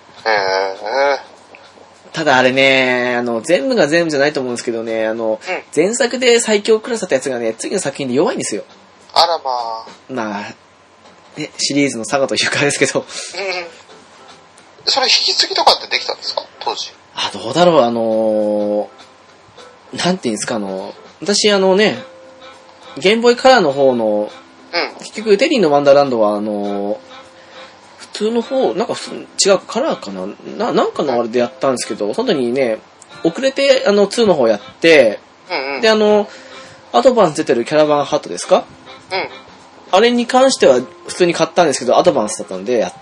ただあれね、全部が全部じゃないと思うんですけどね、前作で最強クラスだったやつがね、次の作品で弱いんですよ。 あらまあ。 ね、シリーズの差がというかですけど。 それ引き継ぎとかってできたんですか、当時。 どうだろう、なんていうんですか、私ゲームボーイカラーの方の、結局テリーのワンダーランドは普通の方、なんか普通違うカラーかななんかのあれでやったんですけど、その時にね、遅れて2の方やって、 うんうん。 で、アドバンス出てるキャラバンハットですか？ うん。 あれに関しては普通に買ったんですけど、アドバンスだったんでやって、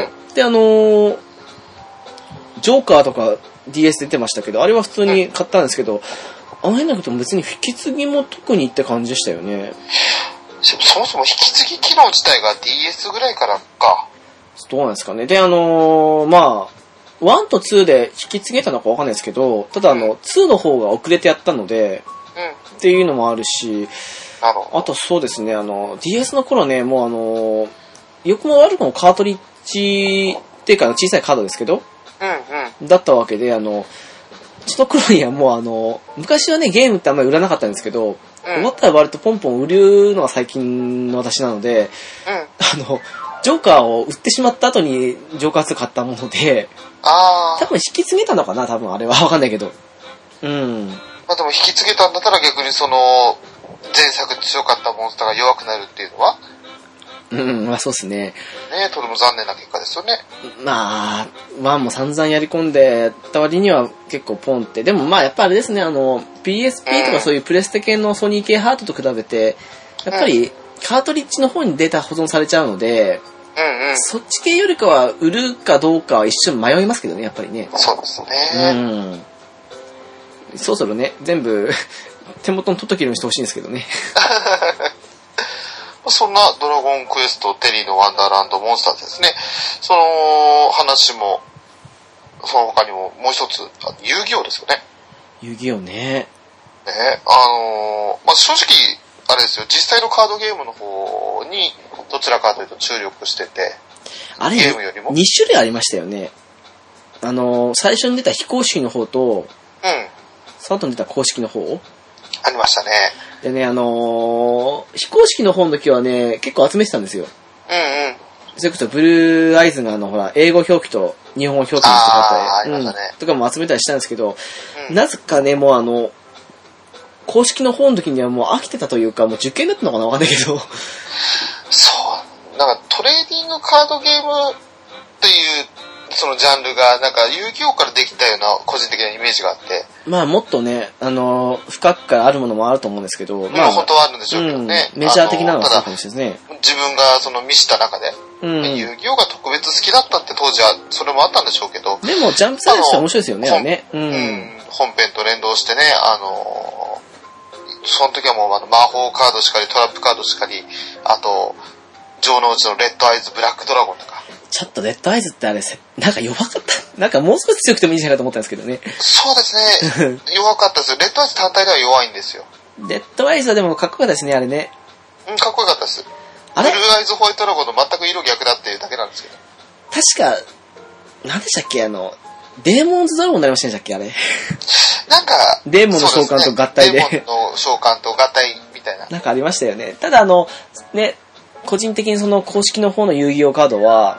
で、ジョーカーとか DS 出てましたけど、あれは普通に買ったんですけど、あの辺のことも別に引き継ぎも特にって感じでしたよね。 そもそも引き継ぎ機能自体が DS ぐらいからか。 どうなんですかね。で、まあ、1と2で引き継げたのかわかんないですけど、ただ2の方が遅れてやったので、っていうのもあるし、あとそうですね、DS の頃ね、もう良くも悪くもカートリッジっていうか小さいカードですけど、だったわけで、その頃にはもう昔はね、ゲームってあんまり売らなかったんですけど、終わったら割とポンポン売るのが最近の私なので、ジョーカーを売ってしまった後にジョーカー2買ったもので、多分引き継げたのかな、多分あれはわかんないけど。うん。 まあでも引き継げたんだったら逆にその、前作強かったモンスターが弱くなるっていうのはまあそうですね。 とても残念な結果ですよね。 まあ、1も散々やり込んでた割には結構ポンって。でもまあやっぱあれですね、PSP とかそういうプレステ系のソニー系ハートと比べて、やっぱりカートリッジの方にデータ保存されちゃうので、そっち系よりかは売るかどうかは一瞬迷いますけどね、やっぱりね。 そうですね。 そろそろね、全部手元に取っとけるようにしてほしいんですけどね。 そんなドラゴンクエストテリーのワンダーランドモンスターズですね。その話も、その他にももう一つ、遊戯王ですよね。 遊戯王ね。 まあ、正直、あれですよ、実際のカードゲームの方に、どちらかというと注力してて、 あれ、 ゲームよりも 2種類ありましたよね。最初に出た非公式の方と、その後に出た公式の方ありましたね。 でね、非公式の方の時はね、結構集めてたんですよ。それこそブルーアイズがほら、英語表記と日本語表記とかあったり、とかも集めたりしたんですけど、なぜかね、もう公式の方の時にはもう飽きてたというか、もう受験だったのかなわかんないけど。 そう。なんかトレーディングカードゲームっていうそのジャンルがなんか遊戯王からできたような個人的なイメージがあって。 まあもっとね、深くからあるものもあると思うんですけど。 まあ本当はあるんでしょうけどね。 メジャー的なのはそうかもしれないですね。 自分がその見した中で、遊戯王が特別好きだったって当時はそれもあったんでしょうけど。 でもジャンプサイズって面白いですよね、あれね。 本編と連動してね、その時はもう魔法カードしかり、トラップカードしかり、あと、城之内のレッドアイズ、ブラックドラゴンとか。 ちょっとレッドアイズってあれ、なんか弱かった。なんかもう少し強くてもいいんじゃないかと思ったんですけどね。 そうですね。弱かったですよ。レッドアイズ単体では弱いんですよ。 レッドアイズはでもかっこよかったですね、あれね。 かっこよかったです。ブルーアイズホワイトドラゴンと全く色逆だっていうだけなんですけど。 確か、何でしたっけデーモンズドラゴンになりましたっけあれ。 なんか、 デーモンの召喚と合体で。 デーモンの召喚と合体みたいな。 なんかありましたよね。ただね、個人的にその公式の方の遊戯王カードは、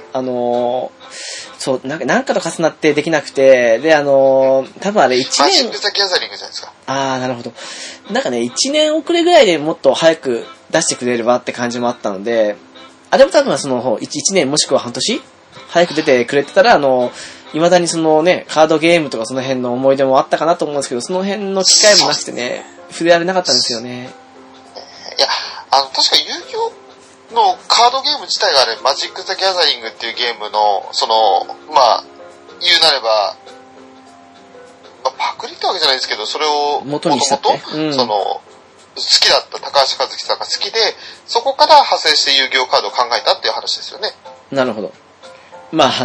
そう、なんかと重なってできなくて、で、多分あれ1年。 マジック・ザ・ギャザリングじゃないですか。 なるほど。なんかね、1年遅れぐらいでもっと早く出してくれればって感じもあったので、でも多分その1年もしくは半年早く出てくれてたら、未だにそのね、カードゲームとかその辺の思い出もあったかなと思うんですけど、その辺の機会もなくてね、触れられなかったんですよね。 いや、確か遊戯王のカードゲーム自体がね、マジック・ザ・ギャザリングっていうゲームの、まあ、言うなれば、パクリってわけじゃないですけど、それを元にしたって、 好きだった高橋和樹さんが好きで、そこから派生して遊戯王カードを考えたっていう話ですよね。 なるほど。まあ、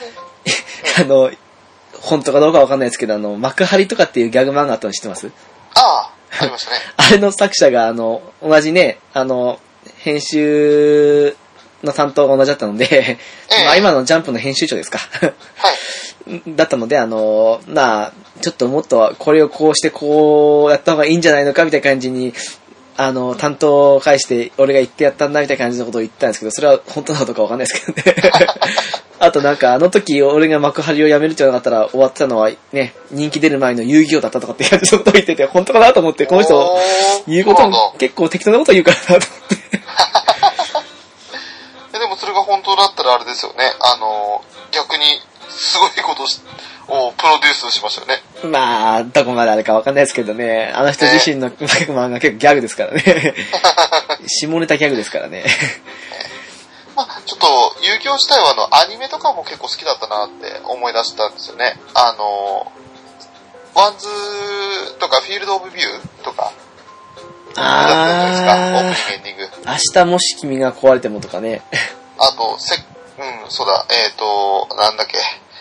本当かどうかわかんないですけど、幕張とかっていうギャグ漫画あったの知ってます？ ありましたね。 あれの作者が、同じね、編集の担当が同じだったので、まあ今のジャンプの編集長ですか。はい。だったので、ちょっともっとこれをこうしてこうやった方がいいんじゃないのかみたいな感じに、担当を介して俺が言ってやったんだみたいな感じのことを言ったんですけど、それは本当なのかわかんないですけどね。あとなんかあの時俺が幕張を辞めるって言わなかったら終わってたのはね、人気出る前の遊戯王だったとかって感じのことを言ってて、本当かなと思って、この人言うことも結構適当なこと言うからなと思って。 でもそれが本当だったらあれですよね。逆に、すごいことをプロデュースしましたよね。 まあ、どこまであるかわかんないですけどね。あの人自身の漫画結構ギャグですからね。下ネタギャグですからね。 まあ、ちょっと、遊戯王自体はアニメとかも結構好きだったなって思い出したんですよね。ワンズとかフィールドオブビューとか。オープニングエンディング。 明日もし君が壊れてもとかね。 あと、そうだ、なんだっけ。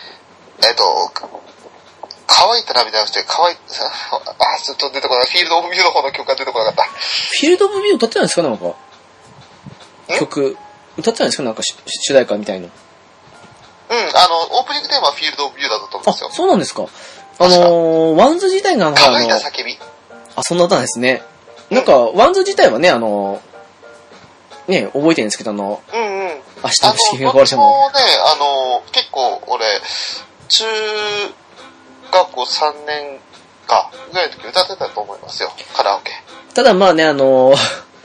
乾いた涙をして、ちょっと出てこない。フィールドオブビューの方の曲が出てこなかった。 フィールドオブビュー歌ってないんですかなんか。曲。歌ってないんですかなんか主題歌みたいな。 オープニングテーマはフィールドオブビューだったと思うんですよ。 あ、そうなんですか。ワンズ自体が乾いた叫び。 あ、そんな歌なんですね。なんか、ワンズ自体はね、ね、覚えてるんですけど、明日の式が壊れても。 私もね、結構俺、中学校3年かぐらいの時歌ってたと思いますよ、カラオケ。 ただまあね、も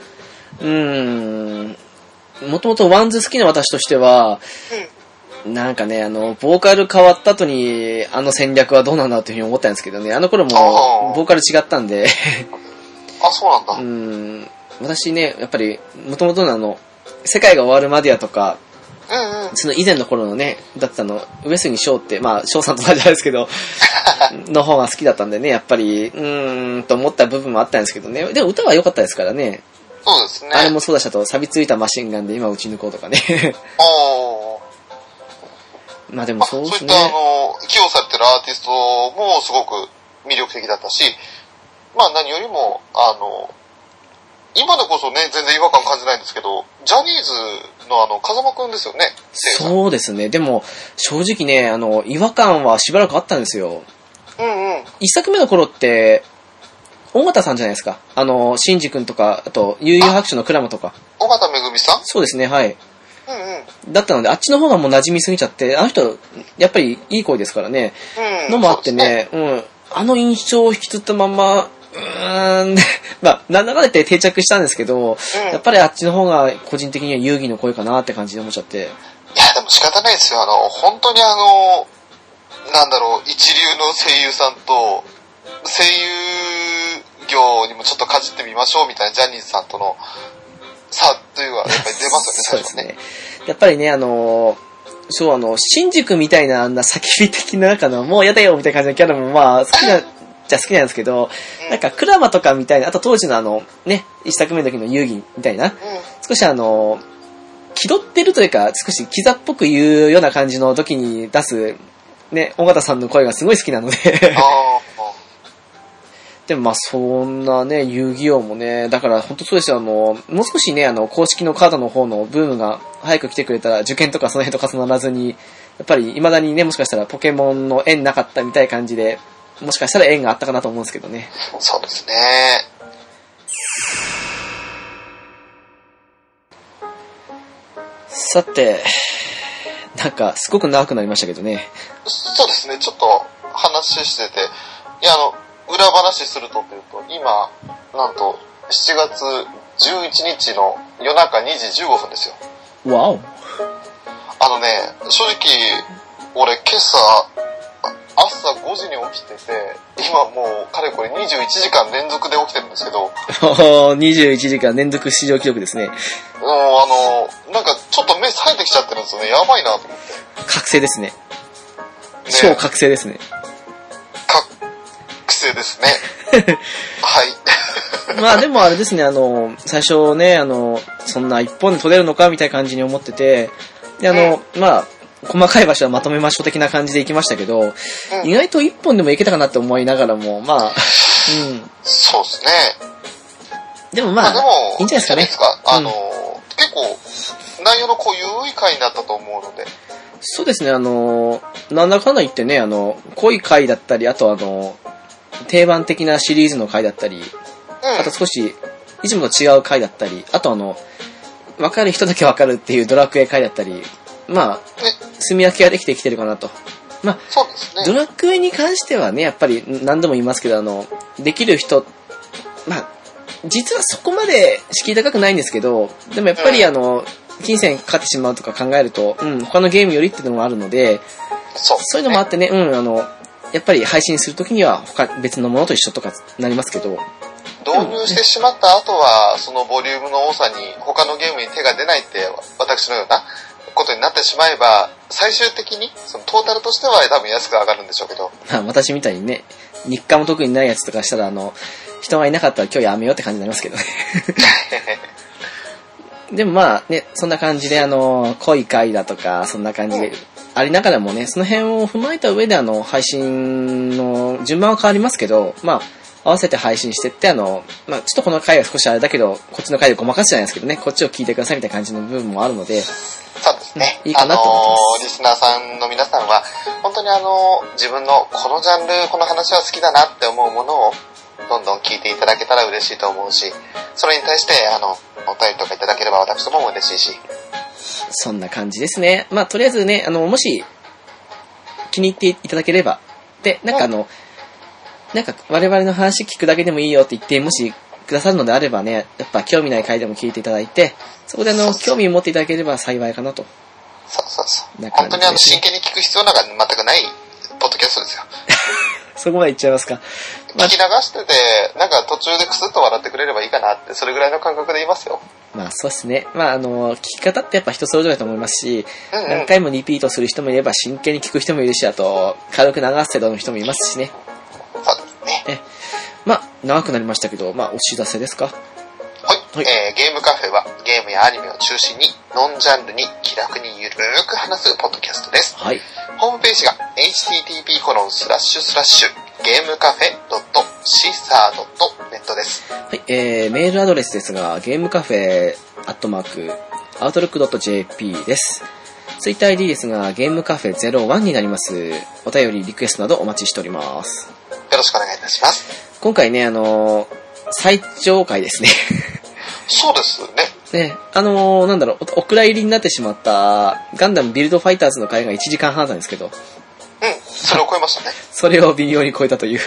ともとワンズ好きな私としては、なんかね、ボーカル変わった後に、戦略はどうなんだというふうに思ったんですけどね、あの頃も、ボーカル違ったんで。 あ、そうなんだ。 私ね、やっぱり、もともとの世界が終わるまでやとか、その以前の頃のね、だった上杉翔って、まあ、翔さんと同じなんですけど、の方が好きだったんでね、やっぱり、と思った部分もあったんですけどね、でも歌は良かったですからね。 そうですね。 あれもそうだしたと、錆びついたマシンガンで今撃ち抜こうとかね。まあでもそうですね。 そういった起用されてるアーティストもすごく魅力的だったし、まあ何よりも、今でこそね、全然違和感感じないんですけど、ジャニーズの風間くんですよね。 そうですね。でも、正直ね、違和感はしばらくあったんですよ。一作目の頃って、尾形さんじゃないですか。シンジ君とか、あと、悠々白書のクラムとか。 尾形めぐみさん？ そうですね、はい。だったので、あっちの方がもう馴染みすぎちゃって、あの人、やっぱりいい声ですからね。のもあってね、印象を引きずったまま、まあ、なんだかんだ言って定着したんですけど、やっぱりあっちの方が個人的には遊戯の声かなって感じで思っちゃって。いや、でも仕方ないですよ。本当になんだろう、一流の声優さんと、声優業にもちょっとかじってみましょうみたいなジャニーズさんとの差というのはやっぱり出ますよね、 そうですね。やっぱりね、新宿みたいなあんな叫び的な中の、もうやだよみたいな感じのキャラもまあ好きな、じゃ好きなんですけど、なんかクラマとかみたいな、あと当時のね、一作目の時の遊戯みたいな、少し気取ってるというか、少しキザっぽく言うような感じの時に出す、ね、尾形さんの声がすごい好きなので。でもまあそんなね、遊戯王もね、だから本当そうですよ、もう少しね、公式のカードの方のブームが早く来てくれたら、受験とかその辺と重ならずに、やっぱり未だにね、もしかしたらポケモンの縁なかったみたいな感じで、もしかしたら縁があったかなと思うんですけどね。 そうですね。 さて、なんかすごく長くなりましたけどね。 そうですね、ちょっと話してて、いや裏話するとというと、今、なんと7月11日の夜中2時15分ですよ。 わお。 正直、俺今朝、朝5時に起きてて、今もうかれこれ21時間連続で起きてるんですけど。 21時間連続出場記録ですね。 なんかちょっと目冴えてきちゃってるんですよね。やばいなと思って。 覚醒ですね。超覚醒ですね。 覚醒ですね。はい。 まあでもあれですね、最初ね、そんな一本で取れるのかみたいな感じに思ってて、で、まあ、細かい場所はまとめましょう的な感じで行きましたけど、意外と一本でもいけたかなって思いながらも、まあ、 そうですね。 でもまあ、 でもいいんじゃないですかね。 結構、内容の緩い回になったと思うので。 そうですね、なんだかんだ言ってね、濃い回だったり、あと定番的なシリーズの回だったり、あと少し、いつもと違う回だったり、あとわかる人だけわかるっていうドラクエ回だったり、まあ、住み分けができてきてるかなと。まあ、 そうですね。 ドラクエに関してはね、やっぱり何度も言いますけど、できる人、まあ、実はそこまで敷居高くないんですけど、でもやっぱり金銭かかってしまうとか考えると、他のゲームよりっていうのもあるので、そういうのもあってね、やっぱり配信するときには別のものと一緒とかなりますけど、 導入してしまった後は、そのボリュームの多さに他のゲームに手が出ないって私のようなことになってしまえば、最終的にそのトータルとしては多分安く上がるんでしょうけど。 私みたいにね、日課も特にないやつとかしたら、人がいなかったら今日やめようって感じになりますけどね。でもまあね、そんな感じで濃い回だとか、そんな感じでありながらもね、その辺を踏まえた上で配信の順番は変わりますけど、まあ、合わせて配信してって、ちょっとこの回は少しあれだけど、こっちの回でごまかすじゃないですけどね、こっちを聞いてくださいみたいな感じの部分もあるので、 そうですね。 いいかなと思ってます。 リスナーさんの皆さんは、本当に自分のこのジャンル、この話は好きだなって思うものを、どんどん聞いていただけたら嬉しいと思うし、それに対して、お便りとかいただければ私どもも嬉しいし。 そんな感じですね。まあ、とりあえずね、もし、気に入っていただければ、で、なんか我々の話聞くだけでもいいよって言って、もしくださるのであればね、やっぱ興味ない回でも聞いていただいて、そこで興味を持っていただければ幸いかなと。 そう。本当に真剣に聞く必要なんか全くないポッドキャストですよ。 そこまで言っちゃいますか。 聞き流してて、なんか途中でクスッと笑ってくれればいいかなって、それぐらいの感覚で言いますよ。 まあそうですね。まあ聞き方ってやっぱ人それぞれだと思いますし、何回もリピートする人もいれば真剣に聞く人もいるし、あと軽く流す程度の人もいますしね。 そうですね。 まあ長くなりましたけど、まあお知らせですか。 はい。ゲームカフェはゲームやアニメを中心にノンジャンルに気楽にゆるーく話すポッドキャストです。 はい。 ホームページが http://gamecafe.caesar.net です。 はい。メールアドレスですが、ゲームカフェ@outlook.jp です。ツイッター ID ですが、ゲームカフェ01になります。お便り、リクエストなどお待ちしております。 よろしくお願いいたします。 今回ね、最長回ですね。 そうですね。 ね、お蔵入りになってしまったガンダムビルドファイターズの回が1時間半なんですけど。 それを超えましたね。 それを微妙に超えたという。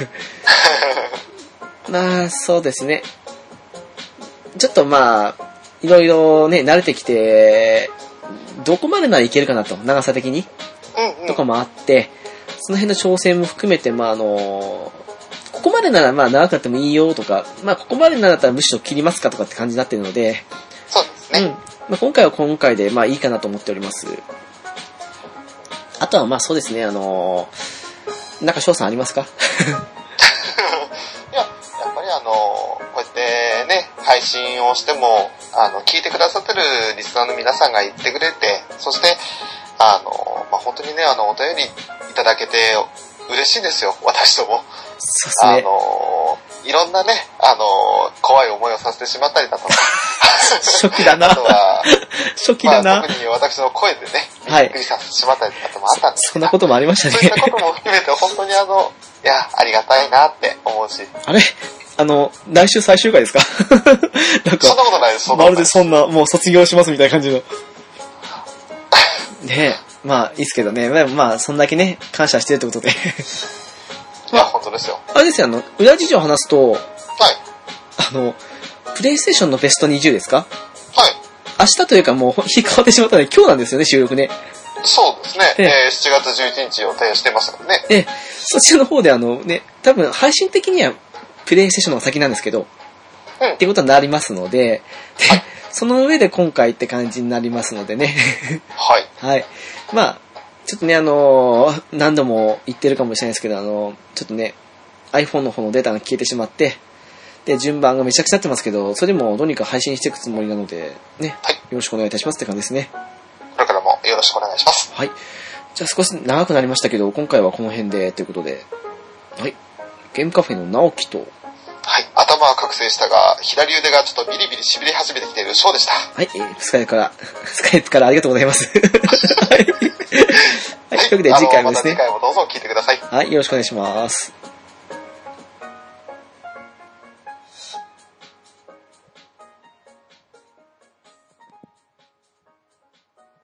まあ、そうですね。ちょっとまあ、いろいろね、慣れてきて、どこまでならいけるかなと、長さ的に。とかもあって、その辺の調整も含めて、まあここまでならまあ長くなってもいいよとか、まあここまでならだったらむしろ切りますかとかって感じになってるので、 そうですね。 まあ、今回は今回でまあいいかなと思っております。あとはまあそうですね、なんか翔さんありますか？ いや、やっぱりこうやってね、配信をしても、聞いてくださってるリスナーの皆さんが言ってくれて、そして、まあ、本当にね、お便りいただけて嬉しいですよ、私ども。 そうですね。 いろんなね、怖い思いをさせてしまったりだとか。 初期だな。 あとは、 初期だな。 特に私の声でね、びっくりさせてしまったりとかもあったんですけど、 そんなこともありましたね。 そういったことも含めて、本当にいや、ありがたいなって思うし。 あれ来週最終回ですか？なんか、 そんなことないです、 まるでそんな、もう卒業しますみたいな感じの。ねえ、まあ、いいっすけどね。まあ、そんだけね、感謝してるってことで。 いや、本当ですよ。 あれですよ、裏事情を話すと、 はい。 プレイステーションのベスト20ですか？ はい。 明日というかもう日変わってしまったので、今日なんですよね、収録ね。 そうですね。7月11日予定してましたからね。 そちらの方でね、多分配信的にはプレイステーションの方が先なんですけど、っていうことになりますので、その上で今回って感じになりますのでね。 はい。 はい。まあ、ちょっとね、何度も言ってるかもしれないですけど、ちょっとね、iPhone の方のデータが消えてしまって、で、順番がめちゃくちゃなってますけど、それでもどうにか配信していくつもりなので、ね、 はい。 よろしくお願いいたしますって感じですね。 これからもよろしくお願いします。 はい。じゃあ少し長くなりましたけど、今回はこの辺でということで、はい。ゲームカフェの直樹と、 はい。頭は覚醒したが、左腕がちょっとビリビリ痺れ始めてきているショーでした。 はい。スカイプからありがとうございます。はい。はい。というわけで次回もですね。 また次回もどうぞ聞いてください。 はい。よろしくお願いします。